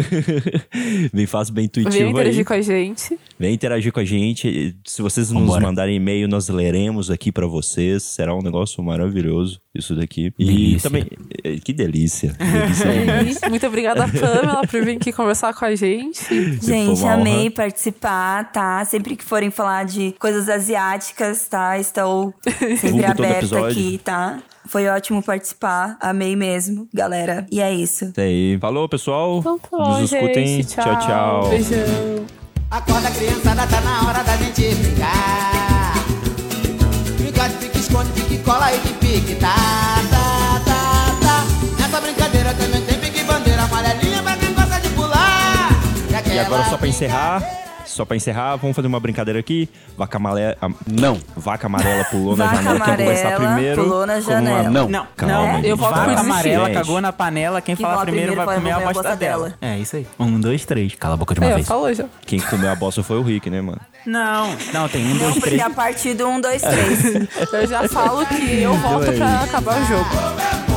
Bem fácil, bem intuitivo aí. Vem interagir com a gente. Vem interagir com a gente. Se vocês nos mandarem e-mail, nós leremos aqui pra vocês. Será um negócio maravilhoso isso daqui. Delícia. E também... Que delícia. Delícia. Muito obrigada, Pamela, por vir aqui conversar com a gente. Gente, amei participar, tá? Sempre que forem falar de coisas asiáticas, tá? Estou sempre aberta aqui, tá? Foi ótimo participar, amei mesmo, galera. E é isso. Isso aí. Falou, pessoal. Então, tá, nos escutem. gente. Tchau, tchau. Beijão. Acorda, criançada, tá na hora da gente brincar. Brincar de pique, esconde, pique, cola e de pique, tá. Nessa brincadeira também tem pique, bandeira amarelinha pra quem gosta de pular. E agora, só pra encerrar, vamos fazer uma brincadeira aqui. Vaca amarela pulou na janela. Quem conversar primeiro? Pulou na janela. Não. Calma, eu voto por Vaca desistir. amarela Gente. cagou na panela. Quem falar primeiro vai comer a bosta dela. É, isso aí. 1, 2, 3. Cala a boca de uma vez. Falou já. Quem comeu a bosta foi o Rick, né, mano? Não, tem 1, 2, Não, porque 3. a partir do 1, 2, 3. Eu já falo que eu volto pra acabar o jogo.